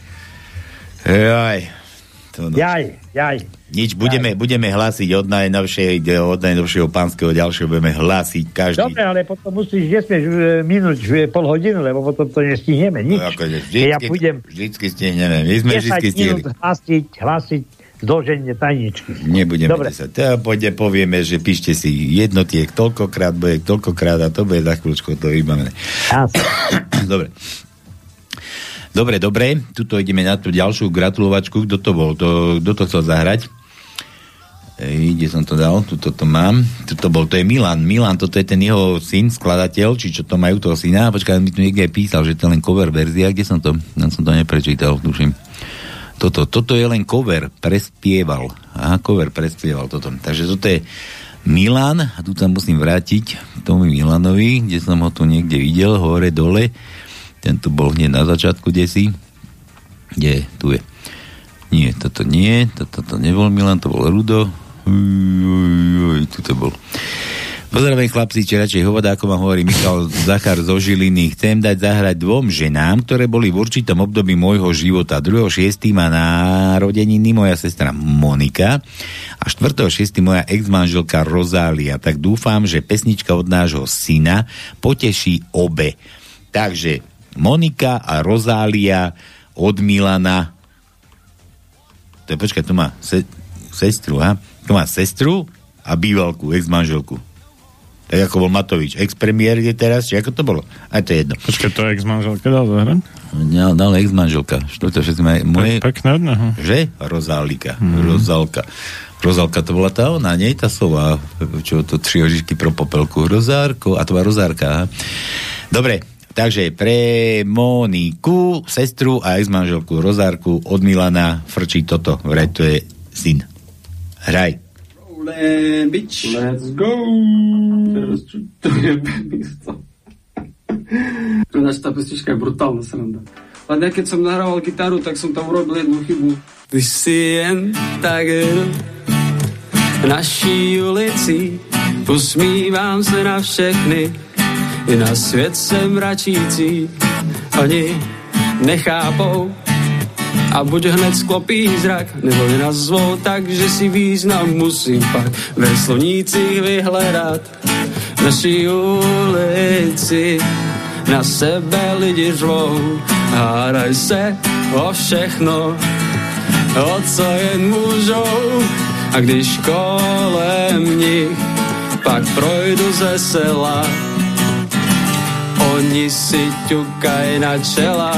Jaj. Nič, budeme hlásiť od najnovšieho pánskeho ďalšieho, budeme hlásiť každý. Dobre, ale potom nesmieš minúť pol hodinu, lebo potom to nestihneme, nič. No, vždycky stihneme. My sme vždycky stihli. 10 minút hlásiť zloženie tajničky. Nebudeme sa. Teda povieme, že píšte si jednotiek toľkokrát, bude toľkokrát a to bude za chvíľučku to vybavené. Dobre. Dobre. Tuto ideme na tú ďalšiu gratulovačku. Kto to bol? Kto to chcel zahrať? Kde som to dal? Tuto to mám. To je Milan. Milan, toto je ten jeho syn, skladateľ, či čo to majú toho syna. Počkaj, mi tu niekde písal, že to je len cover verzia. Kde som to? Ja som to neprečítal, tuším. Toto je len cover, prespieval. Aha, cover prespieval toto. Takže toto je Milan, a tu sa musím vrátiť k tomu Milanovi, kde som ho tu niekde videl, hore, dole. Ten tu bol hneď na začiatku, desi. Kde? Tu je. Nie, toto nebol Milan, to bol Rudo. Tu to bol. Pozdravujem chlapci, či radšej hovada, ako vám hovorí Michal Zachar zo Žiliny. Chcem dať zahrať 2 ženám, ktoré boli v určitom období môjho života. 2.6. má narodeniny moja sestra Monika a 4.6. moja ex-manželka Rozália. Tak dúfam, že pesnička od nášho syna poteší obe. Takže Monika a Rozália od Milana. Počkaj, tu má sestru, ha? Tu má sestru a bývalku, ex-manželku. Tak ako bol Matovič. Ex-premiér je teraz, či ako to bolo? Aj to je jedno. Počkaj, to je ex-manželka dal zahrať? Dal ex-manželka. Pekné jedného. Že? Rozálika. Rozálka to bola tá ona, nie? Tá sova. Čo to 3 ožišky pro popelku. Rozárko. A to bola Rozárka. Dobre. Takže pre Moniku, sestru a ex-manželku Rozárku od Milana frčí toto. Vraj to je syn. Hraj. Bitch. Let's go. To je místo. Tá pesnička je brutálna sranda. Len ja keď som nahrával gitaru, tak som tam urobil jednu chybu. Ty si jen tak v naší ulici, usmívám se na všechny, i na svět jsem mračící. Oni nechápou a buď hned sklopí zrak, nebo je nazvou tak, že si význam musím pak ve slovnících vyhledat. V naší ulici na sebe lidi řvou, hádaj se o všechno, o co jen můžou. A když kolem nich pak projdu ze sela, oni si ťukaj na čela.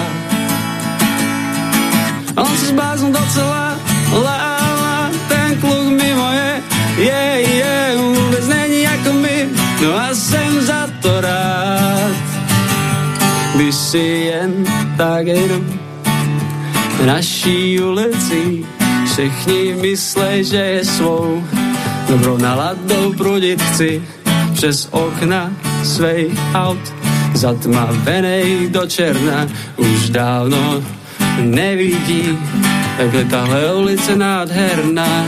On si zbláznul docela, la, ten kluk mimo je, vůbec není jako my, no a jsem za to rád. Když si jen tak jenom v naší ulici všichni myslej, že je svou dobrou naladou prudit chci přes okna svých aut zatmavenej do černa. Už dávno nevidí. Takhle tahle ulice nádherná.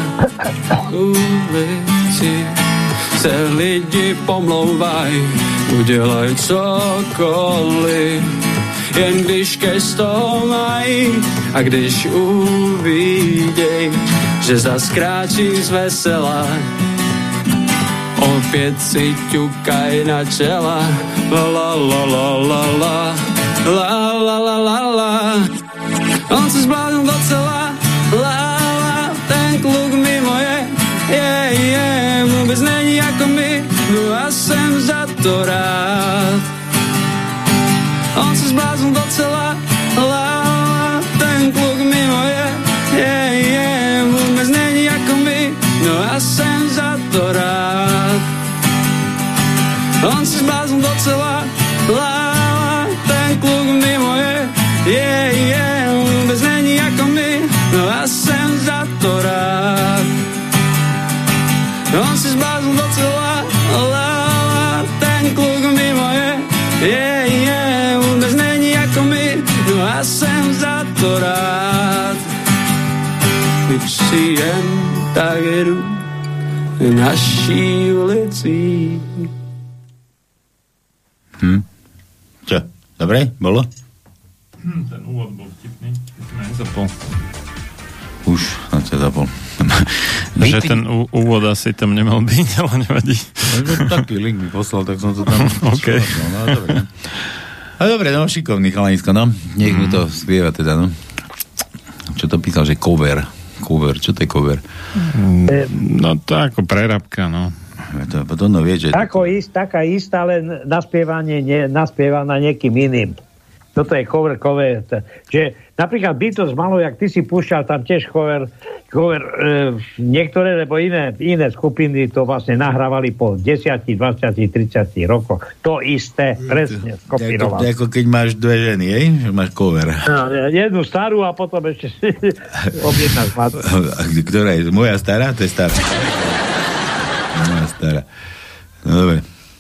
Ulici se lidi pomlouvaj, udělaj cokoliv, jen když kež to mají a když uviděj, že zas kráčí z vesela, opět si ťukaj na čela. La la la la la la la la la la la. On se zbláznil docela, la la, ten kluk mimo je, vůbec není jako my, no a jsem za to rád. On se zbláznil docela, la la, ten kluk mimo je, vůbec není jako my, no a jsem za to rád. On se zbláznil docela, la la, ten kluk mimo je, vůbec není jako my, no a jsem za to rád. On se zbláznil docela, la la, ten kluk mimo je, vůbec není jako my, no a jsem za to rád. Když si jen tak jedu naší ulicí. Čo? Dobre? Bolo? Ten úvod bol vtipný. Nezapol. Už na to zapol. Že ten úvod asi tam nemal byť, ale nevadí. Taký link mi poslal, tak som to tam... OK. No, dobre. A dobre, no, šikovný chalanisko, no. Nech mi to spieva teda, no. Čo to písal, že cover. Cover, čo to je cover? No to ako prerabka, no. To potom vie, že... Taká istá, ale naspievaná niekým iným. Toto je cover. Že napríklad Beatles malo, jak ty si púšťal, tam tiež cover niektoré, lebo iné skupiny to vlastne nahrávali po 10, 20, 30 rokoch. To isté, presne skopíroval. Ako keď máš dve ženy, že máš cover. No, jednu starú a potom ešte objednáš mladú. Ktorá je? Moja stará? To je stará. Moja stará. No dobre.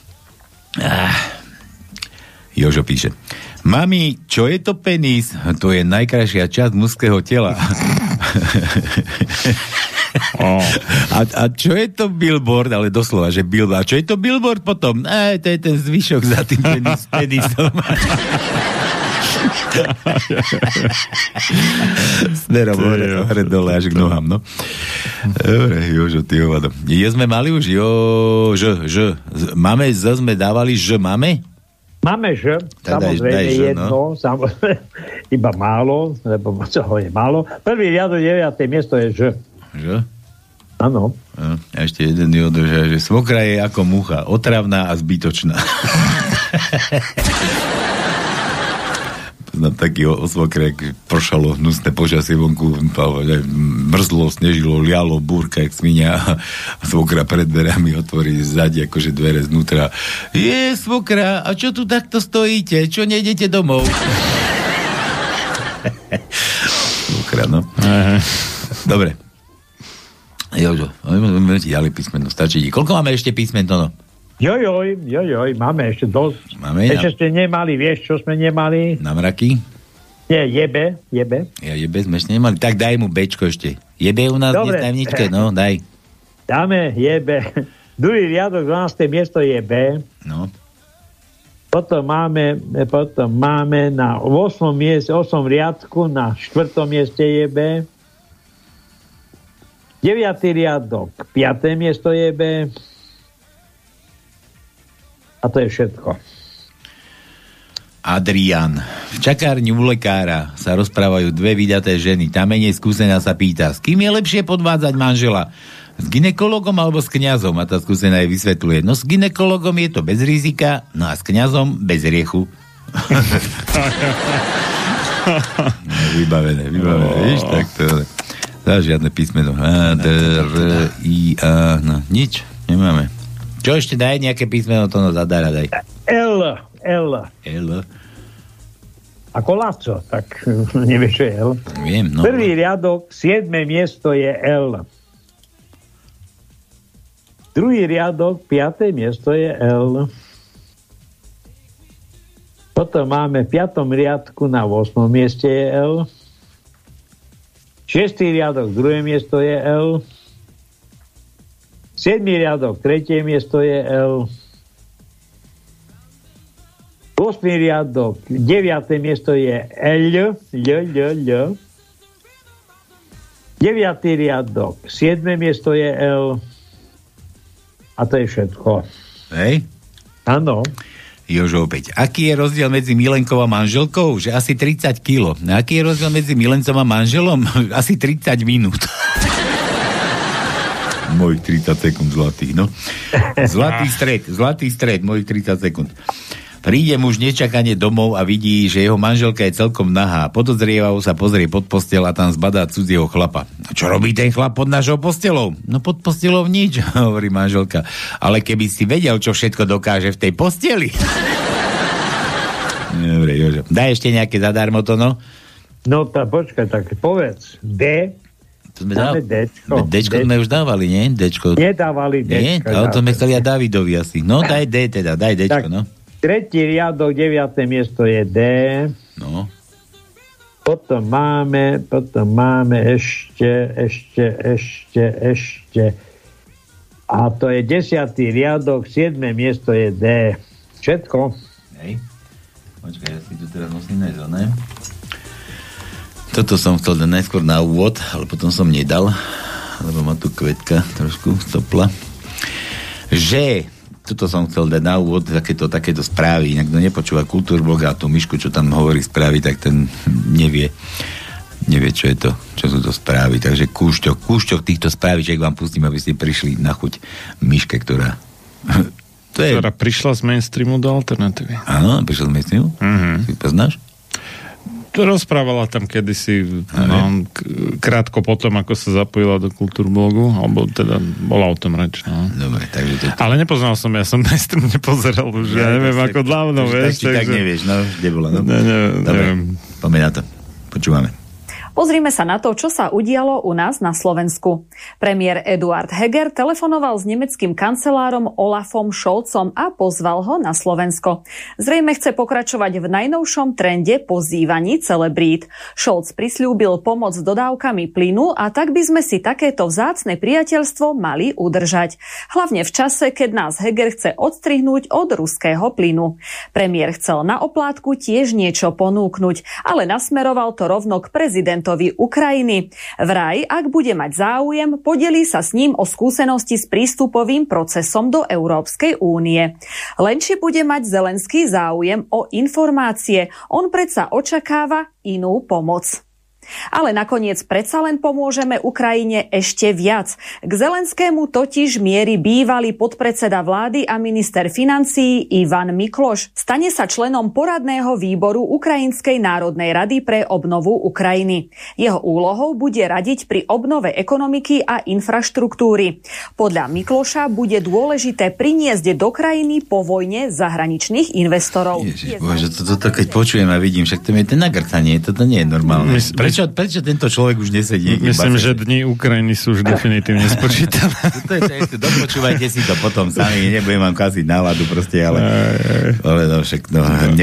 Jožo píše: Mami, čo je to penis? To je najkrajšia časť mužského tela. A čo je to billboard? Ale doslova, že billboard. A čo je to billboard potom? To je ten zvyšok za tým penisom. Smerom hore dole až k nohám, no. Dobre, Jožo, ty hovado. Sme mali už? Máme, sme dávali, že máme? Máme Ž, samozrejme jedno, iba málo, lebo toho je málo. Prvý riadok 9. miesto je Ž. Ž? Áno. A ešte jeden održia, že svokra je ako mucha, otravná a zbytočná. Poznám taký o svokre, jak pršalo hnusné počasie vonku, mrzlo, snežilo, lialo, búrka, jak svinia a svokra pred dverami otvorí zadi, akože dvere znútra. Svokra, a čo tu takto stojíte? Čo nejdete domov? Svokra, no. Dobre. Jožo, môžeme ti ďalej písmeno, stačí. Koľko máme ešte písmeno, no? Joj, máme ešte dosť. Ešte ste nemali, vieš, čo sme nemali? Na mraky? Nie, jebe. Ja jebe sme ešte nemali. Tak daj mu bečko ešte. Jebe u nás dnes tajemničke, no, daj. Dáme jebe. Druhý riadok, 12. miesto je B. No. Potom máme na 8. riadku, na 4. mieste je B. 9. riadok, 5. miesto je B. A to je všetko. Adrian. V čakárni u lekára sa rozprávajú dve vydaté ženy. Tá menej skúsená sa pýta, s kým je lepšie podvádzať manžela? S gynekologom alebo s kňazom? A tá skúsená jej vysvetľuje. No s gynekologom je to bez rizika, no a s kňazom bez riechu. Vybavené. Víš, tak to... Dá žiadne písmeno. A, D, R, I, A, no, nič, nemáme. Čo ešte daj nejaké písmeno, to no zadára daj. L. Ako Laco, tak nevieš, čo je L. Viem, no. Prvý riadok, 7. miesto je L. Druhý riadok, 5. miesto je L. Potom máme v 5. riadku na 8. mieste je L. Šiestý riadok, druhé miesto je L. 7. riadok, tretie miesto je L. 8. riadok, 9. miesto je L. 9. riadok, 7. miesto je L. A to je všetko. Hej? Áno. Jožo opäť. Aký je rozdiel medzi milenkou a manželkou? Že asi 30 kg. Aký je rozdiel medzi milencom a manželom? Asi 30 minút. Mojich 30 sekúnd zlatých, no. Zlatý stred, mojich 30 sekúnd. Príde muž nečakane domov a vidí, že jeho manželka je celkom nahá. Podozrievavo sa pozrie pod posteľ a tam zbadá cudzieho chlapa. Čo robí ten chlap pod našou postelou? No pod postelou nič, hovorí manželka. Ale keby si vedel, čo všetko dokáže v tej posteli. Dobre, Jožo. Daj ešte nejaké zadarmo to, no? No počkaj, tak povedz. D. To sme Dčko sme už dávali, nie? Dčko. Nedávali Dčko. Nie? Ale to sme chceli aj Davidovi asi. No daj D teda, daj Dčko, no. Tretí riadok, 9. miesto je D. No. Potom máme ešte. A to je 10. riadok, 7. miesto je D. Všetko. Hej. Počkaj, ja si tu teraz musím nájsť, ne? Toto som chcel dať najskôr na úvod, ale potom som nedal, lebo ma tu kvetka trošku stopla. Že toto som chcel dať na úvod, takéto správy. Inak kto nepočúva Kultúrblog a tú myšku, čo tam hovorí správy, tak ten nevie, čo je to, čo sú to správy. Takže kúšťok týchto správičiek vám pustím, aby ste prišli na chuť myške, ktorá prišla z mainstreamu do alternatívy. Áno, prišla z mainstreamu? Si poznáš? To rozprávala tam kedysi krátko potom, ako sa zapojila do Kultúrblogu, alebo teda bola o tom reč. No. Dobre, takže to... Ale nepoznal som, ja som mainstream nepozeral už, ja neviem ako dávno, vieš. Tak nevieš, no, kde bola. No. Neviem. Poďme na to, počúvame. Pozrime sa na to, čo sa udialo u nás na Slovensku. Premiér Eduard Heger telefonoval s nemeckým kancelárom Olafom Scholzom a pozval ho na Slovensko. Zrejme chce pokračovať v najnovšom trende pozývaní celebrít. Scholz prisľúbil pomoc s dodávkami plynu a tak by sme si takéto vzácne priateľstvo mali udržať. Hlavne v čase, keď nás Heger chce odstrihnúť od ruského plynu. Premiér chcel na oplátku tiež niečo ponúknuť, ale nasmeroval to rovno k prezidentovi Ukrajiny. Vraj, ak bude mať záujem, podelí sa s ním o skúsenosti s prístupovým procesom do Európskej únie. Len či bude mať Zelenský záujem o informácie, on predsa očakáva inú pomoc. Ale nakoniec predsa len pomôžeme Ukrajine ešte viac. K Zelenskému totiž mierí bývalý podpredseda vlády a minister financií Ivan Mikloš. Stane sa členom poradného výboru Ukrajinskej národnej rady pre obnovu Ukrajiny. Jeho úlohou bude radiť pri obnove ekonomiky a infraštruktúry. Podľa Mikloša bude dôležité priniesť do krajiny po vojne zahraničných investorov. Bože, toto keď počujem a vidím, však to je ten nagrcanie, toto nie je normálne. Prečo tento človek už nesedí? Myslím, že dni Ukrajiny sú už definitívne spočítané. Dopočúvajte si to potom sami, nebudem vám kaziť náladu proste, ale no však,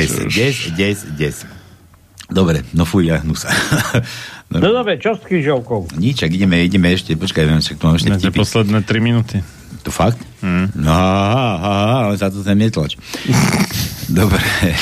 des. Dobre, no fuj, ja hnusa. No dobre, čo s križovkou? Nič, ak ideme ešte, počkaj, však tu mám ešte vtipy. Posledné 3 minúty. To fakt? No, ale sa to sem netlač. Dobre.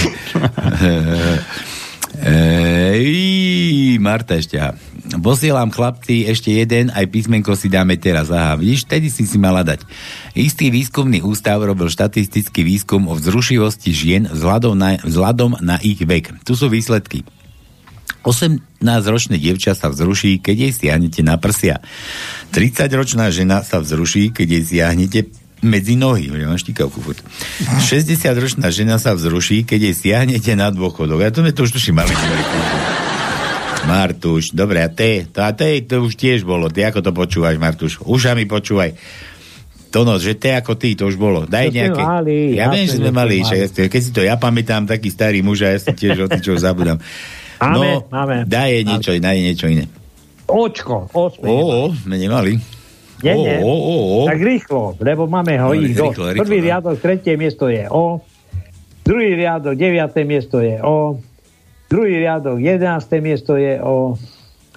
Marta ešte. Posielam chlapci ešte jeden, aj písmenko si dáme teraz. Aha, vidíš, vtedy si mala dať. Istý výskumný ústav robil štatistický výskum o vzrušivosti žien vzhľadom na ich vek. Tu sú výsledky. 18-ročné dievča sa vzruší, keď jej siahnete na prsia. 30-ročná žena sa vzruší, keď jej siahnete medzi nohy. 60-ročná žena sa vzruší, keď jej siahnete na dôchodok. Ja to už tuším, mali. Martuš, dobre, a to už tiež bolo. Ty ako to počúvaš, Martuš? Ušami počúvaj. To že ako ty, to už bolo. Daj nejaké. Ja viem, že sme mali. Keď si to ja pamätám, taký starý muž, a ja si tiež o tým, čo zabudám. Máme. Daj niečo iné. Očko. Sme nemali. Nie. Tak rýchlo, lebo máme ho ich dosť. Prvý riadok, 3. miesto je O. Druhý riadok, 9. miesto je O. Druhý riadok, 11. miesto je O.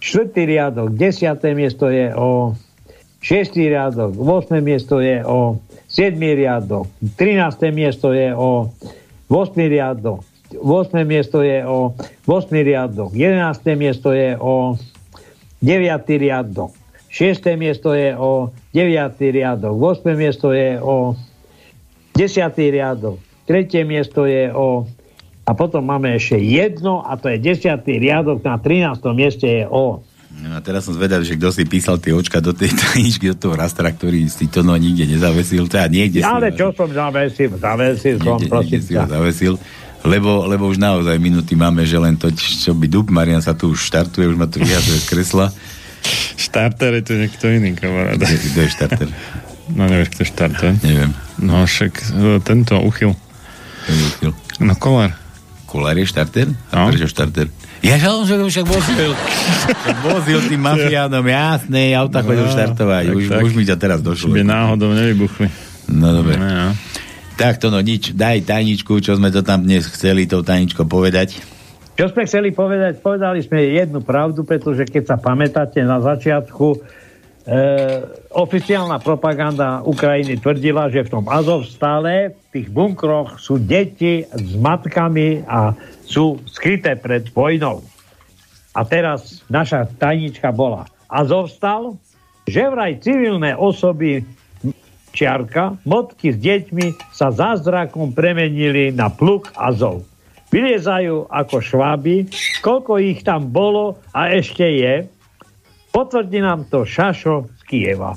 4. riadok, 10. miesto je o 6. riadok, 8. miesto je o 7. riadok, 13. miesto je o 8. riadok, 8. miesto je o 8. riadok, 11. miesto je o 9. riadok, 6. miesto je o 9. riadok, 8. miesto je o 10. riadok, 3. miesto je o... A potom máme ešte jedno, a to je 10. riadok, na 13. mieste je o. No a teraz som zvedavý, že kto si písal tie očka do tej tajničky, do toho rastra, ktorý si to nikde nezavesil. Teda niekde ale čo som zavesil som, prosím ťa. Zavesil, lebo už naozaj minúty máme, že len to, čo by dub, Marian sa tu už štartuje, už ma tu vyhazuje z kresla. Štarter je to niekto iný, kamarád. Kto je štarter? No nevieš, kto je štarter? Neviem. No však tento Uchyl. No Kolár. Kolár je štarter? A prečo štarter? Ja žalom, že však vozil tým mafiánom, jasné, auta chodil štartovať. Už mi to teraz došlo. By náhodou nevybuchli. No dobre. No. Tak to nič, daj tajničku, čo sme to tam dnes chceli tou tajničkou povedať. Čo sme chceli povedať? Povedali sme jednu pravdu, pretože keď sa pamätáte na začiatku, oficiálna propaganda Ukrajiny tvrdila, že v tom Azovstale v tých bunkroch sú deti s matkami a sú skryté pred vojnou. A teraz naša tajnička bola Azovstal, že vraj civilné osoby čiarka, motky s deťmi sa zázrakom premenili na pluk Azov. Vyliezajú ako šváby, koľko ich tam bolo a ešte je. Potvrdí nám to Šašo z Kieva.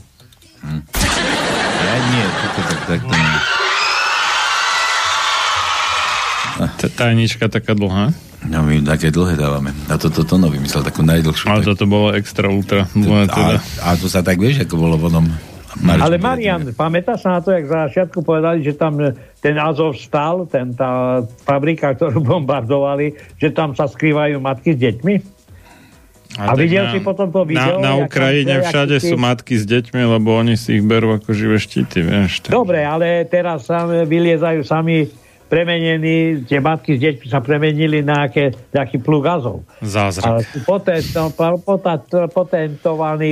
Ja nie, tak nie. Tajnička taká dlhá? No my také dlhé dávame. A toto Tono vymyslel takú najdlhšiu. Ale toto bolo extra ultra. A to sa tak vieš, ako bolo vonom. Ale Marian, pamätáš sa na to, jak za začiatku povedali, že tam ten Azovstal, tá fabrika, ktorú bombardovali, že tam sa skrývajú matky s deťmi? A videl si potom to video? Na Ukrajine všade sú matky s deťmi, lebo oni si ich berú ako živé štíty, vieš. Tak. Dobre, ale teraz sa vyliezajú sami premenení, tie matky s deťmi sa premenili na nejaký plug Azov. Zázrak. Potentovaní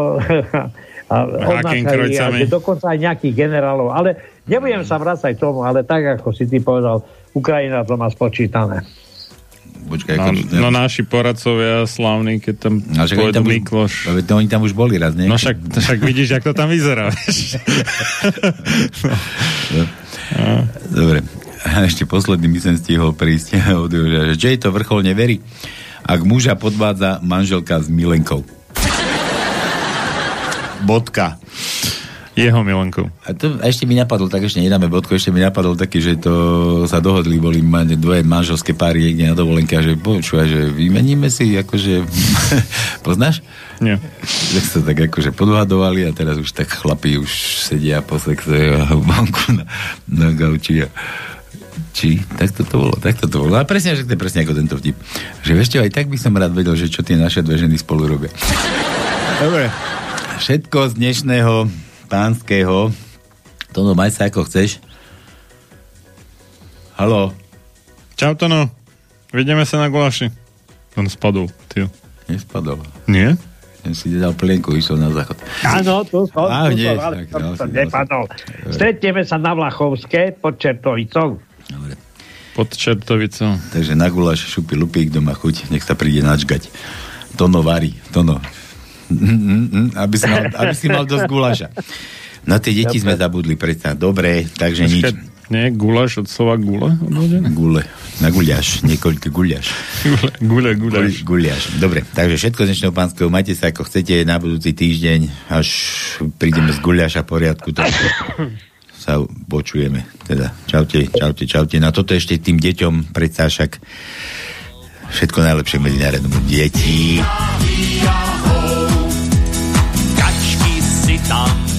označali, že dokonca aj nejakých generálov. Ale nebudem sa vrácať k tomu, ale tak, ako si ty povedal, Ukrajina to má spočítané. Počkaj, no naši poradcovia slávni, keď tam pôjdu Mikloš. Oni tam už boli raz, nie? No však vidíš, jak to tam vyzerá, vieš. Dobre. A ešte posledný by som stihol prísť. Že je to vrcholne verí, ak muža podvádza manželka s milenkou. Bodka. Jeho milenkou. A to ešte mi napadlo, tak ešte nedáme bodku, ešte mi napadlo taký, že to sa dohodli, boli dvoje manželské páry niekde na dovolenke a že počúvaj, že vymeníme si, akože poznáš? Nie. Tak sa tak akože podvádovali a teraz už tak chlapi už sedia po sexe a vonku na gauči a takto to bolo. A presne, že to je presne ako tento vtip. Že ešte aj tak by som rád vedel, že čo tie naše dve ženy spolu robia. Dobre. Všetko z dnešného pánskeho. Tono, maj sa ako chceš. Haló. Čau, Tono. Vidíme sa na guláši. On spadol, ty. Nespadol. Nie? Ten si dal plienku, išiel na záchod. Áno, tu som, ale som nepadol. Stretneme sa na Vlachovské pod Čertovicou. Dobre. Pod Čertovicou. Takže na guláš šupy lupík, doma chuť, nech sa príde načgať. Tono varí, Tono. Aby si mal dosť guláša. No tie deti sme zabudli predsa. Dobre, takže nič. Nie, guláš od slova gule? Gule. Na guľaš. Niekoľko guľaš. Guľaš. Dobre, takže všetko z dnešného pánskeho. Majte sa ako chcete na budúci týždeň, až prídeme z guľaša poriadku. Tak sa počujeme. Teda, čaute. No toto ešte tým deťom predsa však všetko najlepšie medzinárodnému detí. Kačky si tam